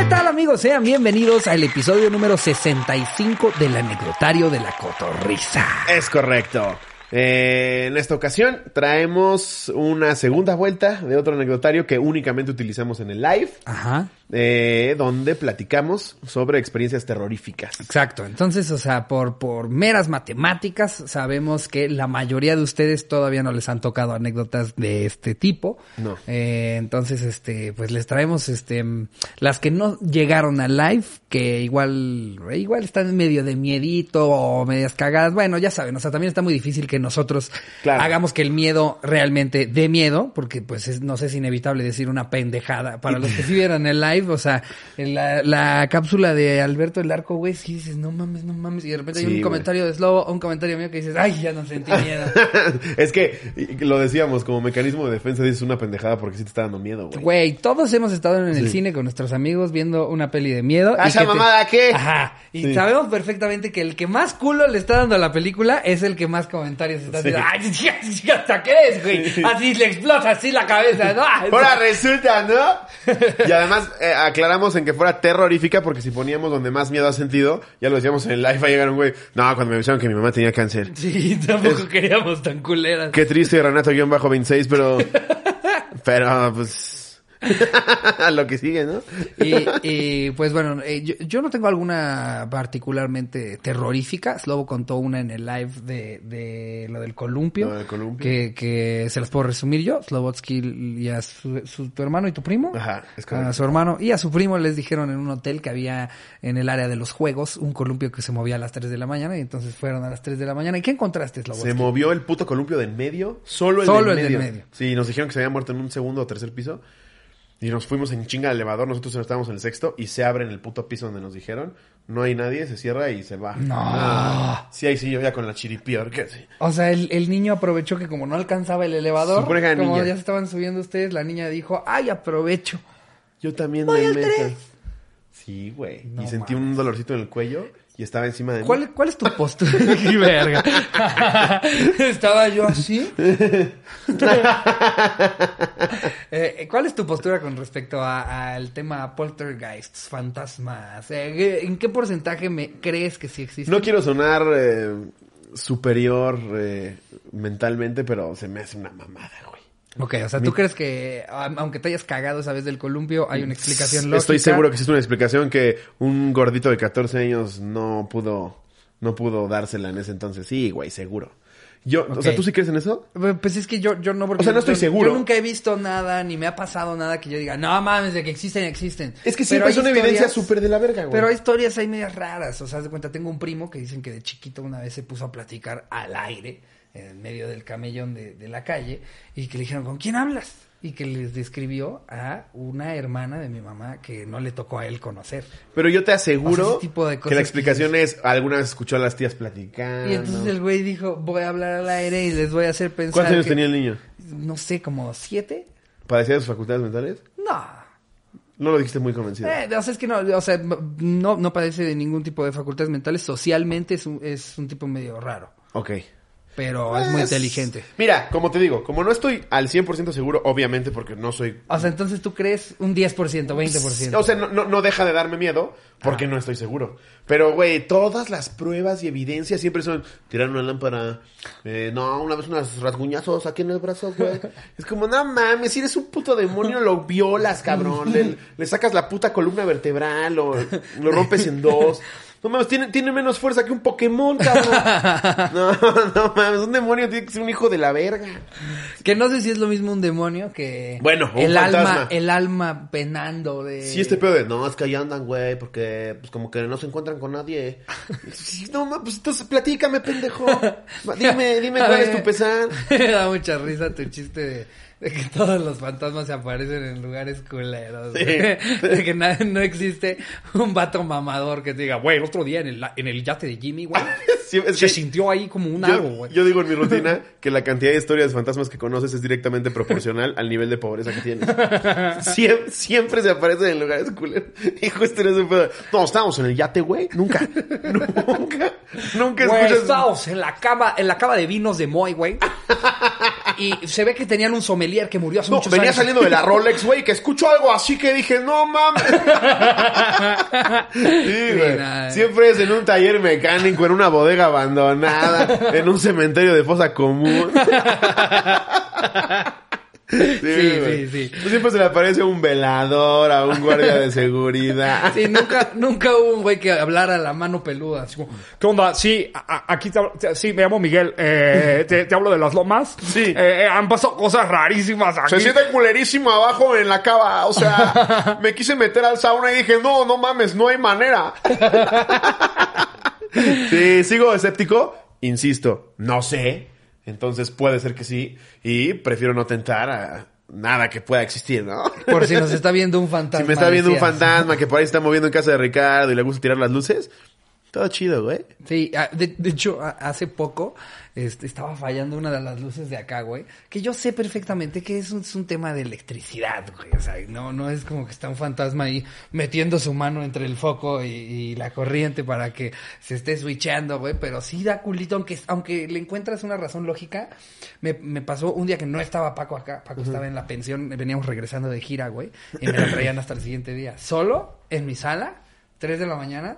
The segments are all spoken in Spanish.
¿Qué tal, amigos? Sean bienvenidos al episodio número 65 del anecdotario de la cotorrisa. Es correcto. En esta ocasión traemos una segunda vuelta de otro anecdotario que únicamente utilizamos en el live. Ajá. Donde platicamos sobre experiencias terroríficas. Exacto. Entonces, o sea, por meras matemáticas, sabemos que la mayoría de ustedes todavía no les han tocado anécdotas de este tipo. No. Entonces, pues les traemos, las que no llegaron al live, que igual están medio de miedito o medias cagadas. Bueno, ya saben, o sea, también está muy difícil que nosotros hagamos que el miedo realmente dé miedo, porque pues nos es inevitable decir una pendejada. Para los que sí vieron el live, o sea, en la cápsula de Alberto el Arco, güey, sí dices, no mames, y de repente hay un comentario de Slobo o un comentario mío que dices, ay, ya no sentí miedo. Es que, lo decíamos, como mecanismo de defensa dices una pendejada porque sí te está dando miedo, güey. Güey, todos hemos estado en el cine con nuestros amigos viendo una peli de miedo. ¿Esa mamada qué? Ajá, y sabemos perfectamente que el que más culo le está dando a la película es el que más comentarios está haciendo. Ay, ¿hasta qué es, güey? Así le explota así la cabeza, ¿no? Ahora resulta, ¿no? Y además, aclaramos en que fuera terrorífica porque si poníamos donde más miedo has sentido, ya lo decíamos en el live, va a llegar un güey, no, cuando me avisaron que mi mamá tenía cáncer. Sí, tampoco queríamos tan culeras. Qué triste, Renato-26, pero pues... a lo que sigue, ¿no? Y pues bueno, yo no tengo alguna particularmente terrorífica. Slobo contó una en el live de lo del columpio. Lo del columpio. Que se las puedo resumir yo. Slobotsky y a tu hermano y tu primo. Ajá, es correcto. A su hermano y a su primo les dijeron en un hotel que había en el área de los juegos un columpio que se movía a las 3 de la mañana. Y entonces fueron a las 3 de la mañana. ¿Y qué encontraste, Slobotsky? Se movió el puto columpio del medio. Solo el del medio. Sí, nos dijeron que se había muerto en un segundo o tercer piso. Y nos fuimos en chinga al elevador, nosotros estábamos en el sexto, y se abre en el puto piso donde nos dijeron. No hay nadie, se cierra y se va. No. Sí, ahí sí, yo ya con la chiripior. Sí. O sea, el niño aprovechó que como no alcanzaba el elevador, como niña. Ya se estaban subiendo ustedes, la niña dijo, ay, aprovecho. Yo también voy al 3. Sí, güey. No, y sentí un dolorcito en el cuello. Y estaba encima de mí. ¿Cuál es tu postura? ¡Qué verga! Estaba yo así. ¿Cuál es tu postura con respecto al tema poltergeists, fantasmas? ¿En qué porcentaje crees que sí existe? No quiero sonar superior mentalmente, pero se me hace una mamada, güey. Ok, o sea, ¿tú crees que, aunque te hayas cagado esa vez del columpio, hay una explicación lógica? Estoy seguro que existe una explicación que un gordito de 14 años no pudo dársela en ese entonces. Sí, güey, seguro. Okay. O sea, ¿tú sí crees en eso? Pues es que yo no, porque... O sea, no estoy seguro. Yo nunca he visto nada, ni me ha pasado nada que yo diga, no mames, de que existen. Es que siempre es una evidencia súper de la verga, güey. Pero hay historias ahí medias raras. O sea, haz de cuenta, tengo un primo que dicen que de chiquito una vez se puso a platicar al aire en medio del camellón de la calle, y que le dijeron, ¿con quién hablas? Y que les describió a una hermana de mi mamá que no le tocó a él conocer. Pero yo te aseguro que la explicación es, alguna vez escuchó a las tías platicando. Y entonces el güey dijo, voy a hablar al aire y les voy a hacer pensar. ¿Cuántos años tenía el niño? No sé, como 7. ¿Padecía de sus facultades mentales? No. No lo dijiste muy convencido. O sea, es que no padece de ningún tipo de facultades mentales. Socialmente es un tipo medio raro. Ok. Pero es muy inteligente. Mira, como te digo, como no estoy al 100% seguro, obviamente, porque no soy... O sea, entonces tú crees un 10%, 20%. O sea, no deja de darme miedo, porque no estoy seguro. Pero, güey, todas las pruebas y evidencias siempre son... Tirar una lámpara... una vez unos rasguñazos aquí en el brazo, güey. Es como, no mames, si eres un puto demonio, lo violas, cabrón. Le sacas la puta columna vertebral, lo rompes en dos... No mames, tiene menos fuerza que un Pokémon, cabrón. No mames, un demonio tiene que ser un hijo de la verga. Que no sé si es lo mismo un demonio que... Bueno, un fantasma. El alma penando de... Sí, este pedo de... No, es que ahí andan, güey, porque pues como que no se encuentran con nadie. No mames, pues entonces platícame, pendejo. Dime cuál es tu pesar. Me da mucha risa tu chiste de que todos los fantasmas se aparecen en lugares culeros. Sí. De que no existe un vato mamador que te diga, güey, el otro día en el yate de Jimmy, güey, sí, se sintió ahí como un agua, güey. Yo digo en mi rutina que la cantidad de historias de fantasmas que conoces es directamente proporcional al nivel de pobreza que tienes. Siempre se aparecen en lugares culeros. Y justo en ese pedo. No, estábamos en el yate, güey. Nunca güey, escuchas... estábamos en la cava de vinos de Moy, güey. Y se ve que tenían un sommelier que murió hace No, muchos venía años. saliendo de la Rolex, güey, que escucho algo así que dije, no mames. Sí, güey. nada. Siempre es en un taller mecánico, en una bodega abandonada, en un cementerio de fosa común. Sí. Pues siempre se le aparece a un velador, a un guardia de seguridad. Sí, nunca hubo un güey que hablara a la mano peluda. Así como, ¿Qué onda? Sí, aquí sí, me llamo Miguel. Te hablo de las lomas. Sí. Han pasado cosas rarísimas aquí. Se siente culerísimo abajo en la cava. O sea, me quise meter al sauna y dije, no mames, no hay manera. Sí, sigo escéptico. Insisto, no sé. Entonces puede ser que sí. Y prefiero no tentar a nada que pueda existir, ¿no? por si nos está viendo un fantasma. Si me está viendo un decías. fantasma que por ahí se está moviendo en casa de Ricardo y le gusta tirar las luces, todo chido, güey. Sí, de hecho, hace poco estaba fallando una de las luces de acá, güey. Que yo sé perfectamente que es un tema de electricidad, güey. O sea, no es como que está un fantasma ahí metiendo su mano entre el foco y la corriente para que se esté switchando, güey. Pero sí da culito, aunque le encuentras una razón lógica. Me pasó un día que no estaba Paco acá. Paco estaba en la pensión, veníamos regresando de gira, güey. Y me la traían hasta el siguiente día. Solo, en mi sala, 3 de la mañana...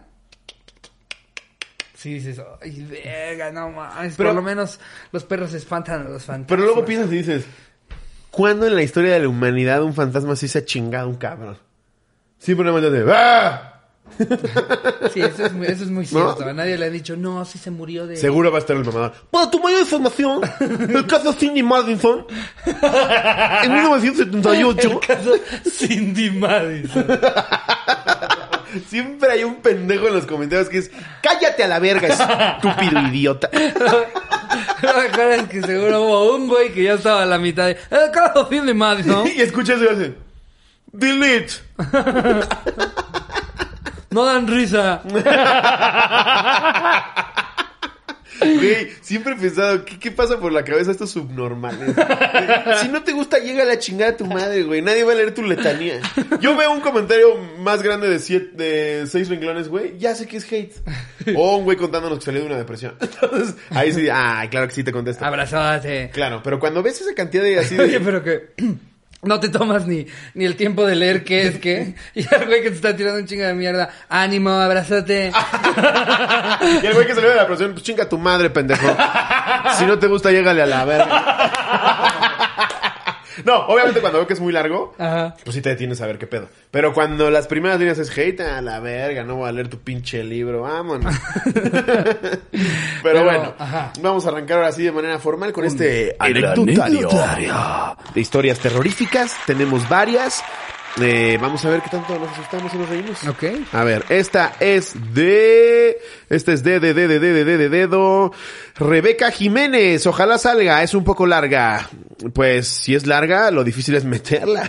Sí, dices, ay, verga, no mames. Pero- Por lo menos los perros espantan a los fantasmas. Pero luego piensas y dices, ¿cuándo en la historia de la humanidad un fantasma sí se ha chingado a un cabrón? Siempre nada más de ¡ah! Sí, eso es muy cierto. A nadie le ha dicho, no, sí se murió de... Seguro va a estar el mamador. Para tu mayor información, el caso Cindy Madison, en 1978... El caso Cindy Madison. Siempre hay un pendejo en los comentarios que es cállate a la verga, estúpido idiota. Lo mejor es que seguro hubo un güey que ya estaba a la mitad de... El caso Cindy Madison. Y escuchas y hacen delete. No dan risa. Güey, siempre he pensado, ¿qué pasa por la cabeza a estos subnormales? Si no te gusta, llega a la chingada a tu madre, güey. Nadie va a leer tu letanía. Yo veo un comentario más grande de 6 renglones, güey. Ya sé que es hate. O un güey contándonos que salió de una depresión. Entonces, ahí sí, claro que sí te contesto. Abrazate. Claro, pero cuando ves esa cantidad de así de... Oye, pero que... No te tomas ni el tiempo de leer qué es qué. Y el güey que te está tirando un chingo de mierda. Ánimo, abrázate. Y el güey que salió de la depresión, pues chinga tu madre, pendejo. Si no te gusta, llégale a la verga. No, obviamente cuando veo que es muy largo, Ajá. pues sí te detienes a ver qué pedo. Pero cuando las primeras líneas es hate, a la verga, no voy a leer tu pinche libro, vámonos. Pero bueno, ajá. vamos a arrancar ahora sí de manera formal con este anecdotario de historias terroríficas. Tenemos varias. Vamos a ver qué tanto nos asustamos y nos reímos. Ok. A ver, esta es de dedo. Rebeca Jiménez, ojalá salga, es un poco larga. Pues si es larga, lo difícil es meterla.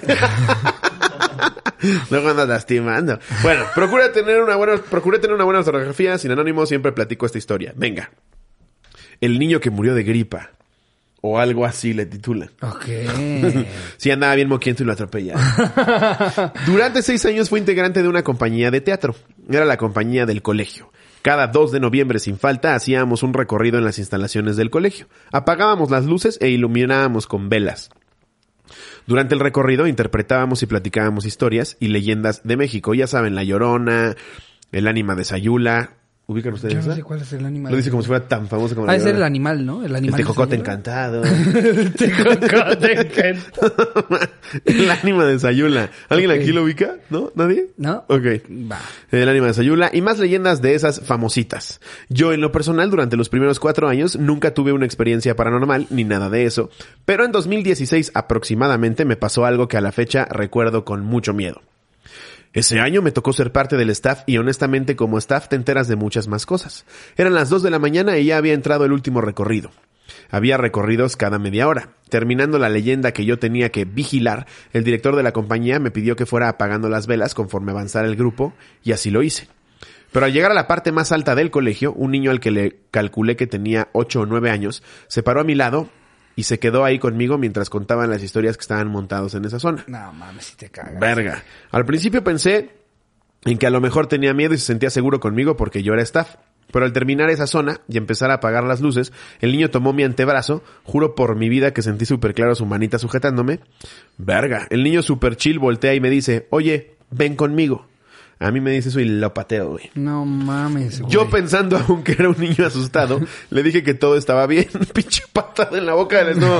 Luego andas lastimando. Bueno, procuré tener una buena ortografía, sin anónimo, siempre platico esta historia. Venga. El niño que murió de gripa. O algo así le titulan. Ok. Sí, andaba bien moquiento y lo atropellaron. Durante 6 años fue integrante de una compañía de teatro. Era la compañía del colegio. Cada 2 de noviembre sin falta hacíamos un recorrido en las instalaciones del colegio. Apagábamos las luces e iluminábamos con velas. Durante el recorrido interpretábamos y platicábamos historias y leyendas de México. Ya saben, La Llorona, el ánima de Sayula. ¿Ubican ustedes Yo no esa? sé cuál es el animal. Lo dice como si fuera tan famoso como Ha La de ser el Llorona. animal, ¿no? El El animal. tejocote de encantado. El tejocote encantado. El ánima de Sayula. ¿Alguien Ok. aquí lo ubica? ¿No? ¿Nadie? ¿No? Ok. Va. El ánima de Sayula y más leyendas de esas famositas. Yo, en lo personal, durante los primeros 4 años, nunca tuve una experiencia paranormal ni nada de eso. Pero en 2016 aproximadamente me pasó algo que a la fecha recuerdo con mucho miedo. Ese año me tocó ser parte del staff y honestamente como staff te enteras de muchas más cosas. Eran las 2 de la mañana y ya había entrado el último recorrido. Había recorridos cada media hora. Terminando la leyenda que yo tenía que vigilar, el director de la compañía me pidió que fuera apagando las velas conforme avanzara el grupo y así lo hice. Pero al llegar a la parte más alta del colegio, un niño al que le calculé que tenía 8 o 9 años, se paró a mi lado y se quedó ahí conmigo mientras contaban las historias que estaban montados en esa zona. No mames, si te cagas. Verga. Al principio pensé en que a lo mejor tenía miedo y se sentía seguro conmigo porque yo era staff. Pero al terminar esa zona y empezar a apagar las luces, el niño tomó mi antebrazo. Juro por mi vida que sentí súper claro su manita sujetándome. Verga. El niño súper chill voltea y me dice, oye, ven conmigo. A mí me dice eso y lo pateo, güey. No mames, güey. Yo pensando aún que era un niño asustado, le dije que todo estaba bien. Pinche patada en la boca del estómago.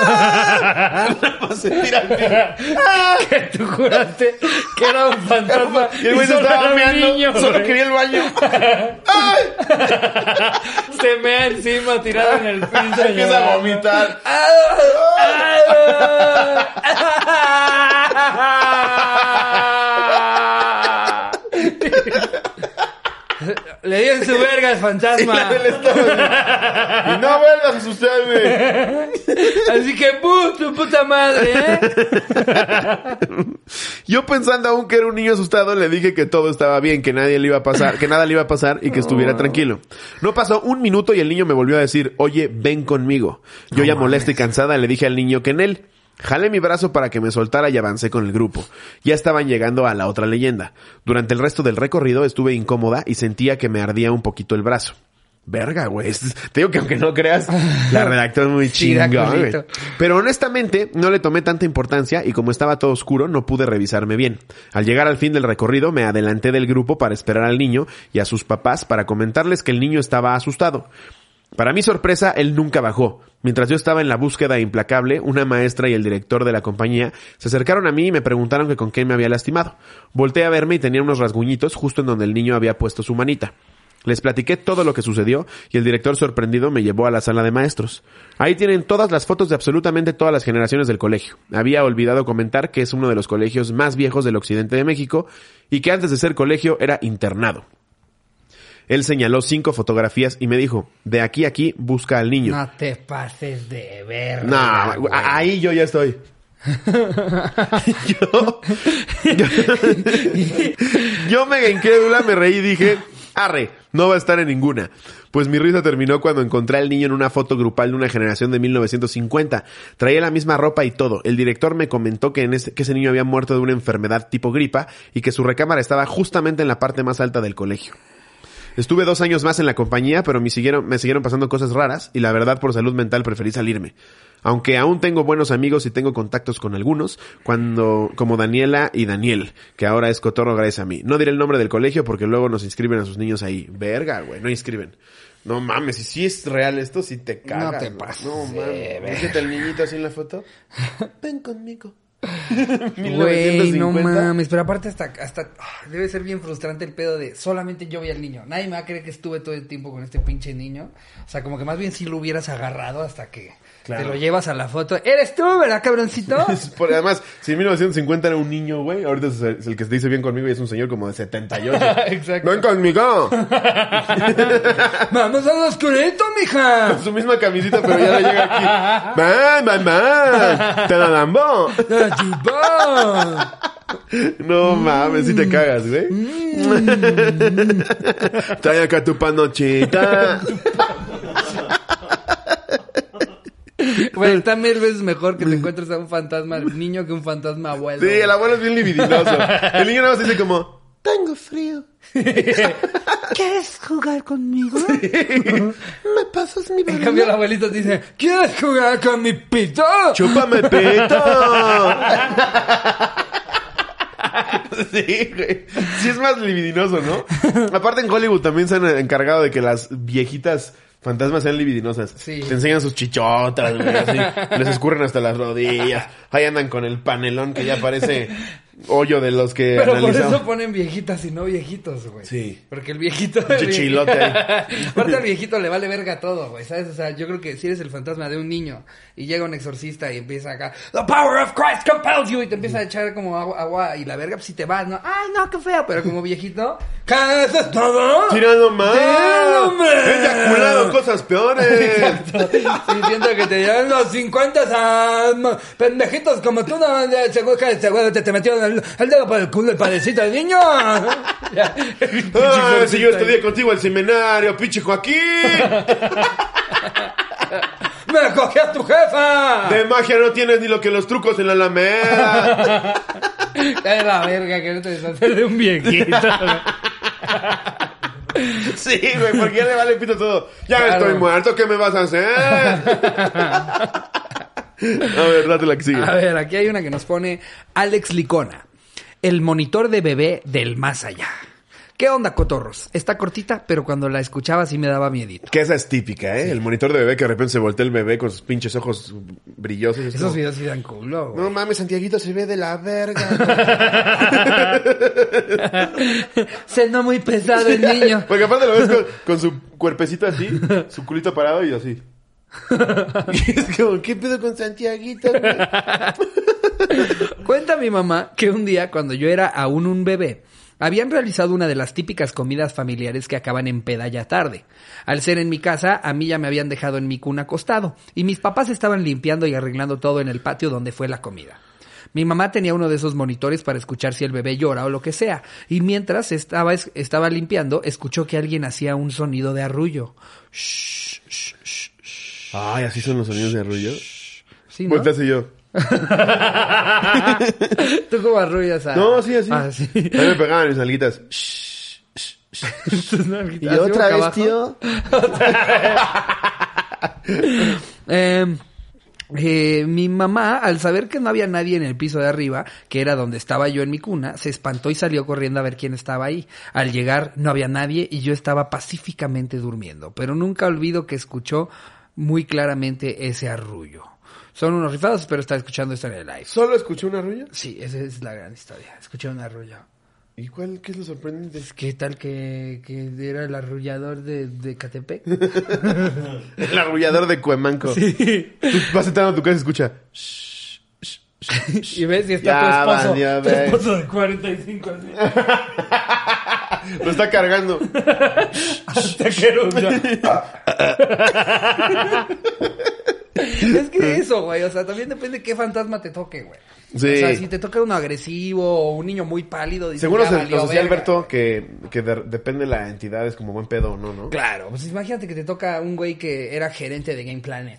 Se tira al piso. Que tú juraste que era un fantasma. Y el güey se solo estaba era un meando. niño, Solo güey. quería el baño. ¡Ay! Se mea encima, tirado en el piso. Empieza a vomitar. Le dio en su verga al fantasma. Y no vuelvas a asustarme. Así que, tu puta madre, ¿eh? Yo pensando aún que era un niño asustado, le dije que todo estaba bien, que nadie le iba a pasar, que nada le iba a pasar y que estuviera tranquilo. No pasó un minuto y el niño me volvió a decir, oye, ven conmigo. Yo ya molesta y cansada le dije al niño que en él. Jalé mi brazo para que me soltara y avancé con el grupo. Ya estaban llegando a la otra leyenda. Durante el resto del recorrido estuve incómoda y sentía que me ardía un poquito el brazo. Verga, güey. Te digo que aunque no creas, la redactó muy chingón, güey. Pero honestamente, no le tomé tanta importancia y como estaba todo oscuro, no pude revisarme bien. Al llegar al fin del recorrido, me adelanté del grupo para esperar al niño y a sus papás para comentarles que el niño estaba asustado. Para mi sorpresa, él nunca bajó. Mientras yo estaba en la búsqueda implacable, una maestra y el director de la compañía se acercaron a mí y me preguntaron que con qué me había lastimado. Volteé a verme y tenía unos rasguñitos justo en donde el niño había puesto su manita. Les platiqué todo lo que sucedió y el director sorprendido me llevó a la sala de maestros. Ahí tienen todas las fotos de absolutamente todas las generaciones del colegio. Había olvidado comentar que es uno de los colegios más viejos del occidente de México y que antes de ser colegio era internado. Él señaló 5 fotografías y me dijo, de aquí a aquí, busca al niño. No te pases de verga. No, güey. ahí yo ya estoy. Yo mega incrédula me reí y dije, arre, no va a estar en ninguna. Pues mi risa terminó cuando encontré al niño en una foto grupal de una generación de 1950. Traía la misma ropa y todo. El director me comentó que ese niño había muerto de una enfermedad tipo gripa y que su recámara estaba justamente en la parte más alta del colegio. Estuve 2 años más en la compañía, pero me siguieron pasando cosas raras y la verdad por salud mental preferí salirme. Aunque aún tengo buenos amigos y tengo contactos con algunos, como Daniela y Daniel, que ahora es cotorro gracias a mí. No diré el nombre del colegio porque luego nos inscriben a sus niños ahí. Verga, güey, no inscriben. No mames, y si es real esto, si te cagas. No te pases. No mames. ¿Viste el niñito así en la foto? Ven conmigo. Güey, no 1950. mames, pero aparte hasta debe ser bien frustrante el pedo de solamente yo vi al niño. Nadie me va a creer que estuve todo el tiempo con este pinche niño. O sea, como que más bien si lo hubieras agarrado hasta que te lo llevas a la foto. ¿Eres tú, verdad, cabroncito? Además, si en 1950 era un niño, güey, ahorita es el que se dice bien conmigo y es un señor como de 78. Exacto. ¡Ven conmigo! ¡Vamos al oscurito, mija! Con su misma camisita, pero ya le llega aquí. ¡Van! ¡Te la dambo! No mames, si te cagas, güey. Trae acá tu panochita. Bueno, está 1000 veces mejor que te encuentres a un fantasma niño que un fantasma abuelo. Sí, el abuelo es bien libidinoso. El niño nada más dice como, tengo frío. ¿Quieres jugar conmigo? ¿Me pasas mi En balón? cambio el abuelito dice, ¿quieres jugar con mi pito? ¡Chúpame pito! Sí, güey. Sí es más libidinoso, ¿no? Aparte en Hollywood también se han encargado de que las viejitas fantasmas sean libidinosas. Sí. Te enseñan sus chichotas, güey, así. Les escurren hasta las rodillas. Ahí andan con el panelón que ya parece hoyo de los que Pero analizamos. por eso ponen viejitas y no viejitos, güey. Sí. Porque el viejito... Chichilote ahí. Aparte al viejito le vale verga todo, güey, ¿sabes? O sea, yo creo que si eres el fantasma de un niño y llega un exorcista y empieza acá, The power of Christ compels you, y te empieza a echar como agua y la verga, pues si te vas, ¿no? Ay, no, qué feo, pero como viejito, ¿qué haces todo? ¡Tirando más! ¡Tirando más! ¡He eyaculado cosas peores! Exacto. Sí, siento que te llevan los 50 pendejitos como tú, no, seguro que te metieron el dedo por el culo el padecito del niño. ¡Ah, si yo estudié contigo el seminario, pinche Joaquín! ¡Me cogí a tu jefa! De magia no tienes ni lo que los trucos en la Alameda. Es la verga que no te deshaces de un viejito. Sí, güey, porque ya le vale pito todo. Ya Claro. estoy muerto, ¿qué me vas a hacer? A ver, date la que sigue. A ver, aquí hay una que nos pone Alex Licona. El monitor de bebé del más allá. ¿Qué onda, cotorros? Está cortita, pero cuando la escuchaba sí me daba miedito. Que esa es típica, ¿eh? El monitor de bebé que de repente se voltea el bebé con sus pinches ojos brillosos. Es Esos como, videos sí dan culo, güey. no mames, Santiaguito se ve de la verga. Siendo muy pesado el niño. Porque aparte lo ves con su cuerpecito así, su culito parado y así. Y es como, ¿qué pedo con Santiaguito, güey? Cuenta mi mamá que un día, cuando yo era aún un bebé, habían realizado una de las típicas comidas familiares que acaban en peda ya tarde. Al ser en mi casa, a mí ya me habían dejado en mi cuna acostado, y mis papás estaban limpiando y arreglando todo en el patio donde fue la comida. Mi mamá tenía uno de esos monitores para escuchar si el bebé llora o lo que sea, y mientras estaba limpiando, escuchó que alguien hacía un sonido de arrullo. Shh, shh, shh, shh. Ay, así son los sonidos de arrullo. Sí, ¿no? Volteas y yo. ¿Tú cómo arrullas a...? No, sí, así. Ah, sí. A mí me pegaban mis nalguitas. Y Así otra boca vez, abajo. tío. Mi mamá, al saber que no había nadie en el piso de arriba, que era donde estaba yo en mi cuna, se espantó y salió corriendo a ver quién estaba ahí. Al llegar no había nadie y yo estaba pacíficamente durmiendo, pero nunca olvido que escuchó muy claramente ese arrullo. Son unos rifados, pero estaba escuchando esto en el live. ¿Solo escuché un arrullo? Sí, esa es la gran historia. Escuché un arrullo. ¿Y qué es lo sorprendente? ¿Qué tal que era el arrullador de Catepec? El arrullador de Cuemanco. Sí. Tú vas sentado en tu casa y escucha. Y ves, y está Ya, tu esposo. valió, Tu ve. esposo de 45 años. Lo está cargando. Hasta que Es que eso, güey, o sea, también depende de qué fantasma te toque, güey. Sí. O sea, si te toca uno agresivo o un niño muy pálido, dices, Seguro ya nos valió decía verga. Alberto que depende de la entidad, es como buen pedo o no, ¿no? Claro, pues imagínate que te toca un güey que era gerente de Game Planet.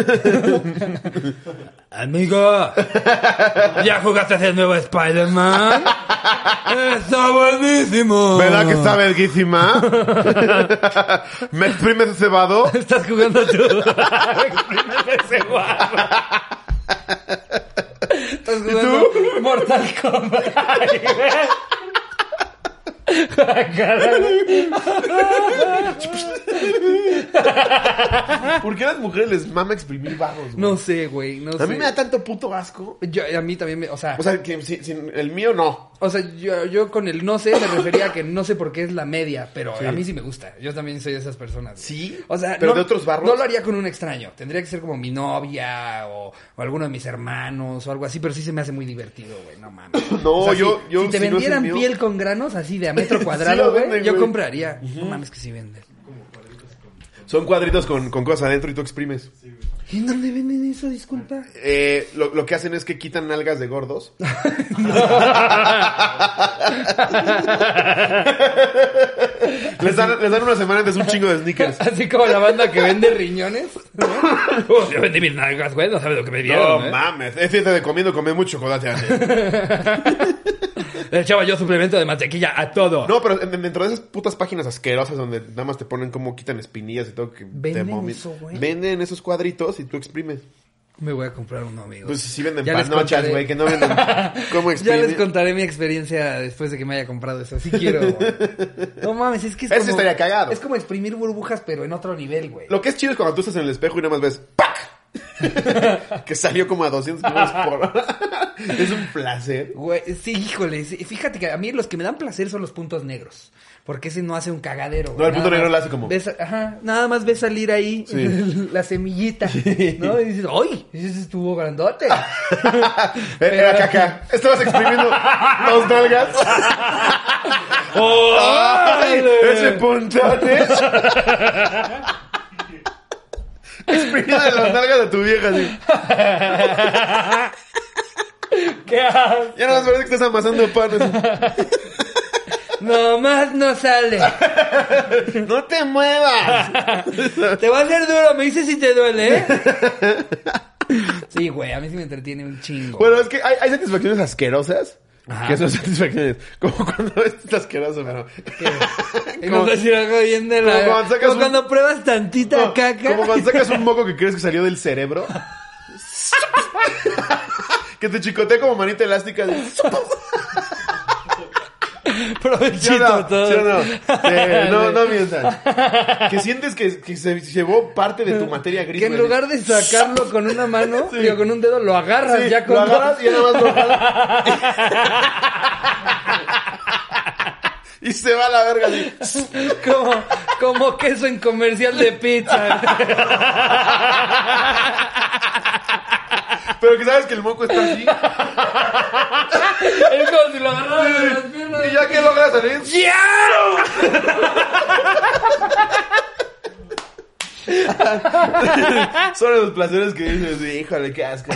Amigo, ¿ya jugaste el nuevo Spider-Man? ¡Está buenísimo! ¿Verdad que está verguísima? ¿Me exprimes ese vado? Estás jugando tú. Ese guarro. Estás jugando Mortal Kombat. ¿Por qué a las mujeres les mama exprimir vados, güey? No sé, güey, no sé. A mí me da tanto puto asco. A mí también me... O sea, que sin el mío no. yo con el no sé me refería a que no sé por qué es la media, pero a mí sí me gusta. Yo también soy de esas personas. Güey. ¿Sí? O sea, ¿Pero no, de otros barros? No lo haría con un extraño. Tendría que ser como mi novia o alguno de mis hermanos o algo así, pero sí se me hace muy divertido, güey. No mames. No, O sea, yo si te si no es el vendieran mío- piel con granos así de a metro Sí cuadrado, lo güey, venden, yo güey. compraría. No mames que sí venden. Son cuadritos con cosas adentro y tú exprimes. ¿Y en dónde venden eso? Disculpa. Lo que hacen es que quitan nalgas de gordos. les dan una semana antes un chingo de sneakers. Así como la banda que vende riñones. ¿No? Yo vendí mis nalgas, güey, no sabes lo que me No dieron, mames, es fiesta de comiendo, come mucho chocolate antes. Le echaba yo suplemento de mantequilla a todo. No, pero dentro de esas putas páginas asquerosas donde nada más te ponen cómo quitan espinillas y todo que ¿Venden te vomi- eso, güey? Venden esos cuadritos y tú exprimes. Me voy a comprar uno, amigo. Pues sí venden Ya les panochas, contaré. güey, que no venden cómo Ya exprimir. les contaré mi experiencia después de que me haya comprado eso. Sí quiero, güey. No mames, es que es Ese como... estaría cagado. Es como exprimir burbujas, pero en otro nivel, güey. Lo que es chido es cuando tú estás en el espejo y nada más ves ¡pac! Que salió como a 200 kilómetros por hora. Es un placer. Güey, sí, híjole. Sí, fíjate que a mí los que me dan placer son los puntos negros. Porque ese no hace un cagadero. No, el punto Nada negro más lo hace como- nada más ves salir ahí la semillita, ¿no? Y dices, ¡ay! Ese estuvo grandote. Era caca. Estabas exprimiendo dos nalgas. ¡Ay! Ese puntote. Exprimiendo las nalgas de tu vieja, así. ¿Qué haces? Ya no más parece que estás amasando pan. así. Nomás no sale. ¡No te muevas! Te va a hacer duro, me dices si te duele, ¿eh? Sí, güey, a mí sí me entretiene un chingo. Bueno, es que hay satisfacciones asquerosas ¿Qué son satisfacciones? Como cuando es asqueroso, pero... Y no sé si algo bien de la... Como cuando pruebas tantita caca. Como cuando sacas un moco que crees que salió del cerebro. Que te chicotea como manita elástica. Provechito todo. No mientan. Que sientes que se llevó parte de tu materia gris. Que en lugar de sacarlo con una mano, digo, con un dedo, lo agarras Sí, ya con lo agarras y ya nada más lo jalas. Y se va a la verga así. Como queso en comercial de pizza. Pero que sabes que el moco está así. Es como si lo agarraras de las piernas. Y ya que logra salir. Son los placeres que dices, híjole, qué asco.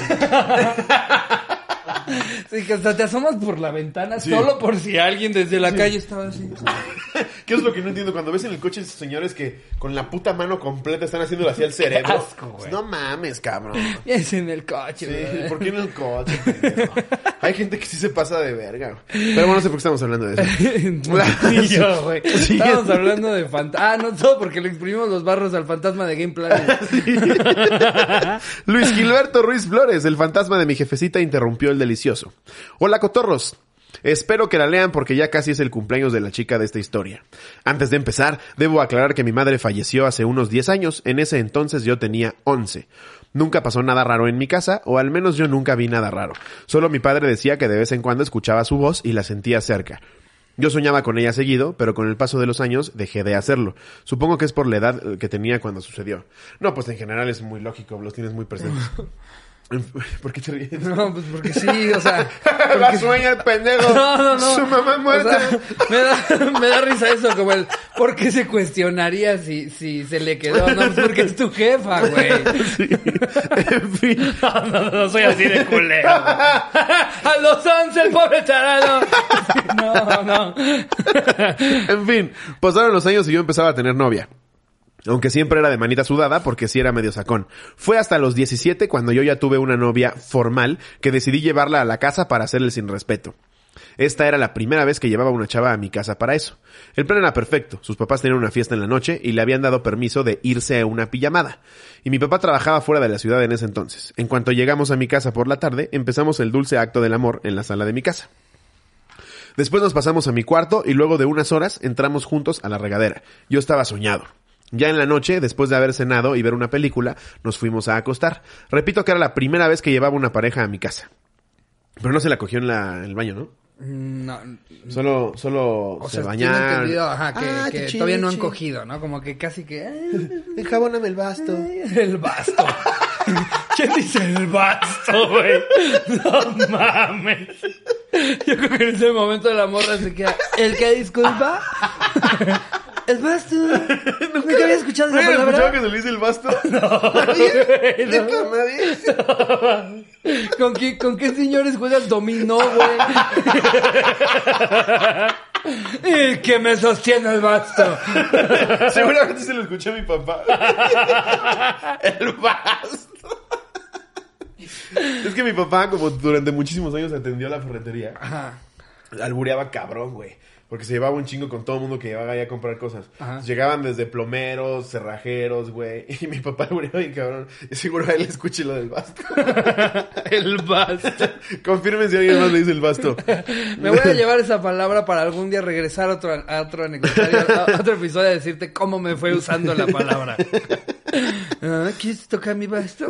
Sí, que hasta te asomas por la ventana solo por si alguien desde la calle estaba así. ¿Qué es lo que no entiendo? Cuando ves en el coche esos señores que con la puta mano completa están haciéndolo así al cerebro. Asco, güey. No mames, cabrón. Es en el coche, Sí, güey. ¿por qué en el coche? Pendejo? Hay gente que sí se pasa de verga. Pero bueno, no sé por qué estamos hablando de eso. Sí, yo, güey. Sí. Estábamos hablando de no, todo porque le exprimimos los barros al fantasma de Game Planet. Luis Gilberto Ruiz Flores, el fantasma de mi jefecita, interrumpió el delicioso. Hola, cotorros. Espero que la lean porque ya casi es el cumpleaños de la chica de esta historia. Antes de empezar, debo aclarar que mi madre falleció hace unos 10 años. En ese entonces yo tenía 11. Nunca pasó nada raro en mi casa, o al menos yo nunca vi nada raro. Solo mi padre decía que de vez en cuando escuchaba su voz y la sentía cerca. Yo soñaba con ella seguido, pero con el paso de los años dejé de hacerlo. Supongo que es por la edad que tenía cuando sucedió. No, pues en general es muy lógico, los tienes muy presentes. ¿Por qué te ríes? No, pues porque sí, o sea... La sueña el pendejo. No. Su mamá muerta. O sea, me da risa eso, como el... ¿Por qué se cuestionaría si se le quedó? No, pues porque es tu jefa, güey. Sí. En fin. No soy así de culero. A los 11 el pobre tarado. No. En fin, pasaron los años y yo empezaba a tener novia. Aunque siempre era de manita sudada porque sí era medio sacón. Fue hasta los 17 cuando yo ya tuve una novia formal que decidí llevarla a la casa para hacerle sin respeto. Esta era la primera vez que llevaba una chava a mi casa para eso. El plan era perfecto. Sus papás tenían una fiesta en la noche y le habían dado permiso de irse a una pijamada. Y mi papá trabajaba fuera de la ciudad en ese entonces. En cuanto llegamos a mi casa por la tarde, empezamos el dulce acto del amor en la sala de mi casa. Después nos pasamos a mi cuarto y luego de unas horas entramos juntos a la regadera. Yo estaba soñado. Ya en la noche, después de haber cenado y ver una película, nos fuimos a acostar. Repito que era la primera vez que llevaba una pareja a mi casa. Pero no se la cogió en el baño, ¿no? No. Solo O se sea, bañaron. tengo entendido, ajá, que chichi. todavía no han cogido, ¿no? Como que casi que... Enjabóname el basto. El basto. ¿Quién dice el basto, güey? No mames. Yo creo que en ese momento la morra se queda... ¿El qué, disculpa? El basto. ¿Nunca había escuchado esa ¿Nunca palabra? escuchado que se le dice el basto? Nadie. ¿Nadie? ¿Con qué señores juegas dominó, güey? ¿Y que me sostiene el basto? Seguramente se lo escuché a mi papá. El basto. Es que mi papá, como durante muchísimos años atendió a la ferretería, Ajá. albureaba cabrón, güey. Porque se llevaba un chingo con todo el mundo que llevaba ahí a comprar cosas. Ajá. Llegaban desde plomeros, cerrajeros, güey. Y mi papá albureaba bien cabrón. Y seguro a él le escuche lo del basto. El basto. Confirmen si alguien más le dice el basto. Me voy a llevar esa palabra para algún día regresar a otro anecdotario, a otro episodio, a decirte cómo me fue usando la palabra. ¿Quieres tocar mi basto?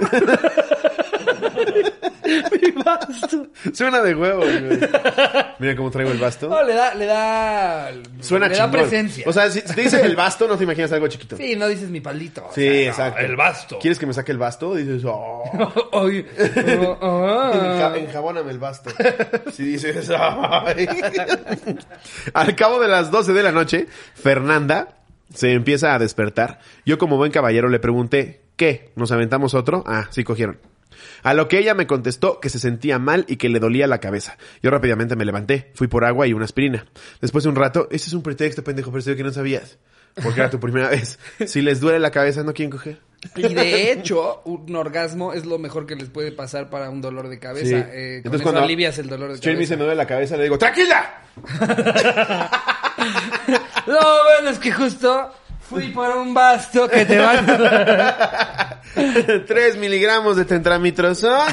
Mi basto. Suena de huevo, güey. Mira cómo traigo el basto. No, le da Suena le chingón. da presencia. O sea, si te dice el basto, no te imaginas algo chiquito. Sí, no dices mi palito. Sí, exacto. El basto. ¿Quieres que me saque el basto? Dices, oh. Oye, Enjabóname el basto. Si dices, ay. Al cabo de las 12 de la noche, Fernanda se empieza a despertar. Yo, como buen caballero, le pregunté, ¿qué? ¿Nos aventamos otro? Ah, sí cogieron. A lo que ella me contestó que se sentía mal y que le dolía la cabeza. Yo rápidamente me levanté, fui por agua y una aspirina. Después de un rato, ese es un pretexto, pendejo, pero sé que no sabías. Porque era tu primera vez. Si les duele la cabeza, ¿no quieren coger? Y de hecho, un orgasmo es lo mejor que les puede pasar para un dolor de cabeza. Sí. Con Entonces, eso cuando alivias el dolor de Cherry cabeza. se me duele la cabeza, le digo, ¡tranquila! No, bueno, es que justo fui por un basto que te van a dar. 3 miligramos de tentramitrozol.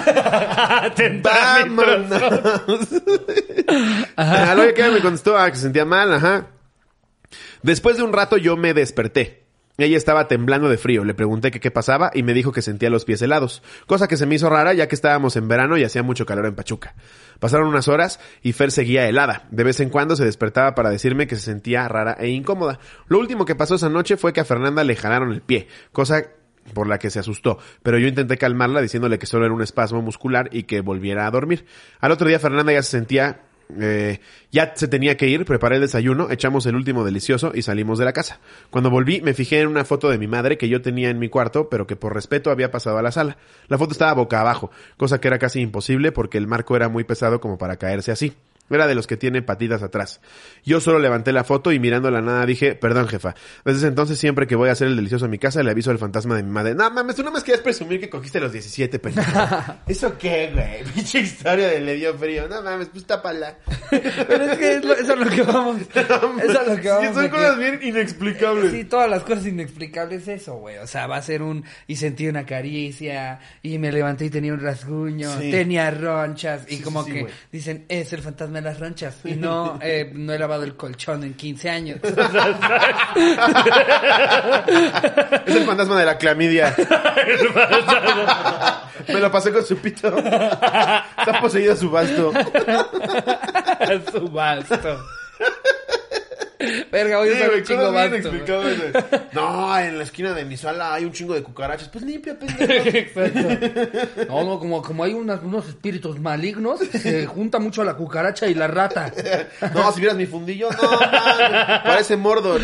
Vámonos. A lo que me contestó, que se sentía mal, ajá. Después de un rato yo me desperté. Ella estaba temblando de frío. Le pregunté que qué pasaba y me dijo que sentía los pies helados. Cosa que se me hizo rara ya que estábamos en verano y hacía mucho calor en Pachuca. Pasaron unas horas y Fer seguía helada. De vez en cuando se despertaba para decirme que se sentía rara e incómoda. Lo último que pasó esa noche fue que a Fernanda le jalaron el pie. Cosa por la que se asustó, pero yo intenté calmarla diciéndole que solo era un espasmo muscular y que volviera a dormir. Al otro día Fernanda ya se sentía... ya se tenía que ir, preparé el desayuno, echamos el último delicioso y salimos de la casa. Cuando volví me fijé en una foto de mi madre que yo tenía en mi cuarto, pero que por respeto había pasado a la sala. La foto estaba boca abajo, cosa que era casi imposible porque el marco era muy pesado como para caerse así. Era de los que tienen patitas atrás. Yo solo levanté la foto y mirando la nada dije, perdón jefa. Desde ese entonces siempre que voy a hacer el delicioso en mi casa le aviso al fantasma de mi madre. No mames, tú no me quieres presumir que cogiste los 17, pendejo. ¿Eso qué, güey? Pinche historia de le dio frío. No mames, pues tápala. Pero es que eso es lo que vamos. Eso es lo que vamos. Sí, son de cosas que- bien inexplicables. Sí, todas las cosas inexplicables eso, güey. O sea, va a ser un... Y sentí una caricia, y me levanté y tenía un rasguño, Sí. tenía ronchas, y Sí, como sí, que güey. dicen, es el fantasma de las ronchas, y no, no he lavado el colchón en 15 años. Es el fantasma de la clamidia. Me lo pasé con su pito. Está poseído su basto. Su basto. Verga, voy a Sí, usar güey, un chingo cosas bien basto. güey. inexplicables, güey. No, en la esquina de mi sala hay un chingo de cucarachas. Pues limpia, pendejo. Exacto. No, como hay unos espíritus malignos, se junta mucho la cucaracha y la rata. No, si vieras mi fundillo, no, mames, parece Mordor.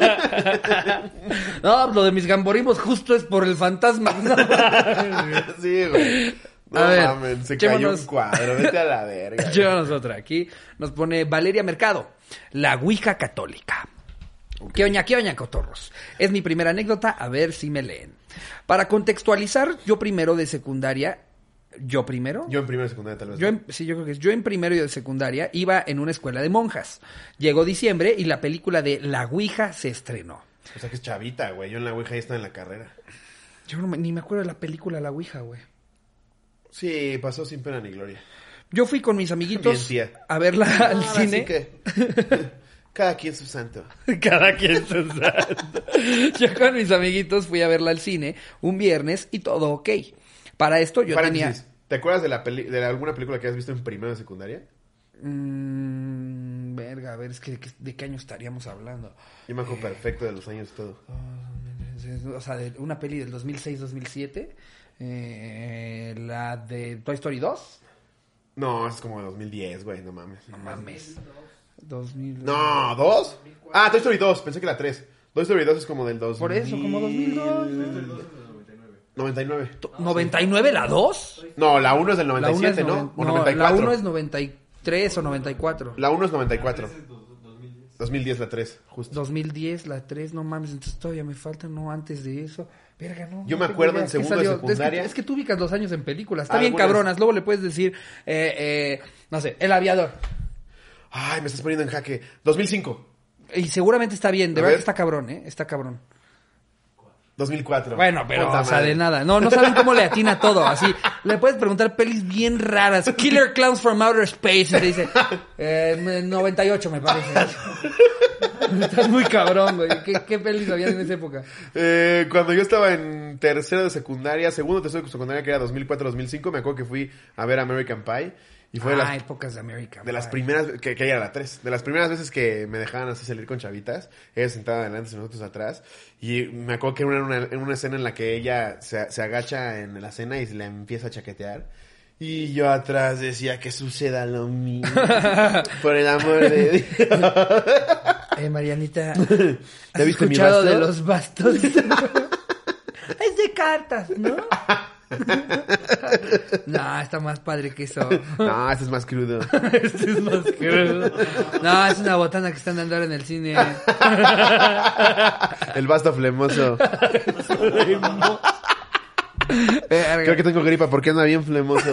No, lo de mis gamborimos justo es por el fantasma. Sí, güey. No A ver, mames, se cayó echémonos- un cuadro, vete a la verga. Llévanos otra. Aquí nos pone Valeria Mercado, la Ouija católica. ¿Qué oña, cotorros? Es mi primera anécdota, a ver si me leen. Para contextualizar, yo primero de secundaria... ¿Yo primero? Yo en primera y secundaria tal vez. Sí, yo creo que es. Yo en primero y de secundaria iba en una escuela de monjas. Llegó diciembre y la película de La Ouija se estrenó. O sea que es chavita, güey. Yo en la Ouija ya estaba en la carrera. Yo ni me acuerdo de la película La Ouija, güey. Sí, pasó sin pena ni gloria. Yo fui con mis amiguitos Bien, tía. a verla al Ahora cine. sí que... Cada quien su santo. Cada quien su santo. Yo con mis amiguitos fui a verla al cine un viernes y todo ok. Para esto yo Paréntesis, ¿te acuerdas de alguna película que has visto en primera o secundaria? Verga, a ver, es que ¿de qué año estaríamos hablando? Yo me acuerdo perfecto de los años y todo. O sea, de una peli del 2006-2007. La de Toy Story 2. No, es como de 2010, güey, no mames. No mames. 2000. No, ¿2? Ah, Toy Story 2, pensé que la 3. Toy Story 2 es como del 2000... Por eso, como 2002. 99. ¿99 la 2? No, la 1 es del La 1 97, es ¿no? O no, 94. la 1 es 93 o 94. La 1 es 94. 2010 la 3, justo. 2010, la 3, no mames, entonces todavía me falta, no, antes de eso. Verga, no. Yo no me tengo acuerdo idea. en ¿Qué segundo de salió? secundaria. Es que tú ubicas los años en películas. Está bien Algunas. cabronas. Luego le puedes decir, no sé, El Aviador. Ay, me estás poniendo en jaque. 2005. Y seguramente está bien, de A verdad ver. que está cabrón, Está cabrón. 2004. Bueno, pero, Puta o sea, madre. de nada. No saben cómo le atina todo. Así, le puedes preguntar pelis bien raras. Killer Clowns from Outer Space. Y te dice, 98 me parece. Estás muy cabrón, güey. ¿Qué pelis había en esa época? Cuando yo estaba en tercero de secundaria, segundo tercero de secundaria, que era 2004-2005, me acuerdo que fui a ver American Pie. Y fue Épocas de American de las Pie. primeras, que ya era la 3, de las primeras veces que me dejaban así salir con chavitas, ella sentada adelante y nosotros atrás, y me acuerdo que era en una escena en la que ella se agacha en la cena y se la empieza a chaquetear, y yo atrás decía que suceda lo mismo, por el amor de Dios. Marianita, ¿has ¿Ya viste mi escuchado basto? de los bastos? Es de cartas, ¿no? No, está más padre que eso. No, este es más crudo. Este es más crudo. No, es una botana que están dando ahora en el cine. El basto flemoso. Creo que tengo gripa porque anda bien flemoso.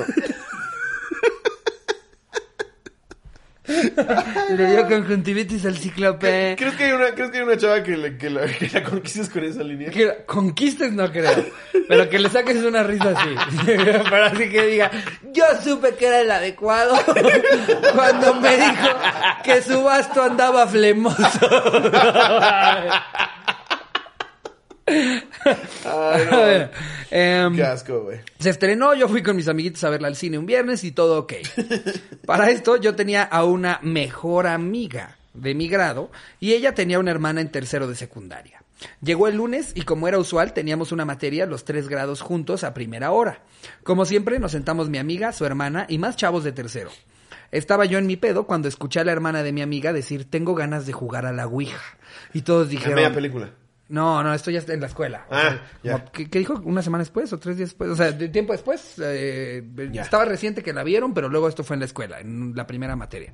Le dio conjuntivitis al cíclope. ¿Crees que hay una chava que la conquistes con esa línea? Que conquistes no creo, pero que le saques una risa así. Pero así que diga, yo supe que era el adecuado cuando me dijo que su basto andaba flemoso. Ay, no. A ver, Qué asco, güey. se estrenó, yo fui con mis amiguitos a verla al cine un viernes y todo ok. Para esto yo tenía a una mejor amiga de mi grado y ella tenía una hermana en tercero de secundaria. Llegó el lunes y como era usual teníamos una materia los 3 grados juntos a primera hora. Como siempre nos sentamos mi amiga, su hermana y más chavos de tercero. Estaba yo en mi pedo cuando escuché a la hermana de mi amiga decir tengo ganas de jugar a la ouija. Y todos En dijeron... media película. No, esto ya está en la escuela. Ah, ya. ¿Qué dijo? ¿Una semana después o 3 días después? O sea, de tiempo después. Ya. Estaba reciente que la vieron, pero luego esto fue en la escuela, en la primera materia.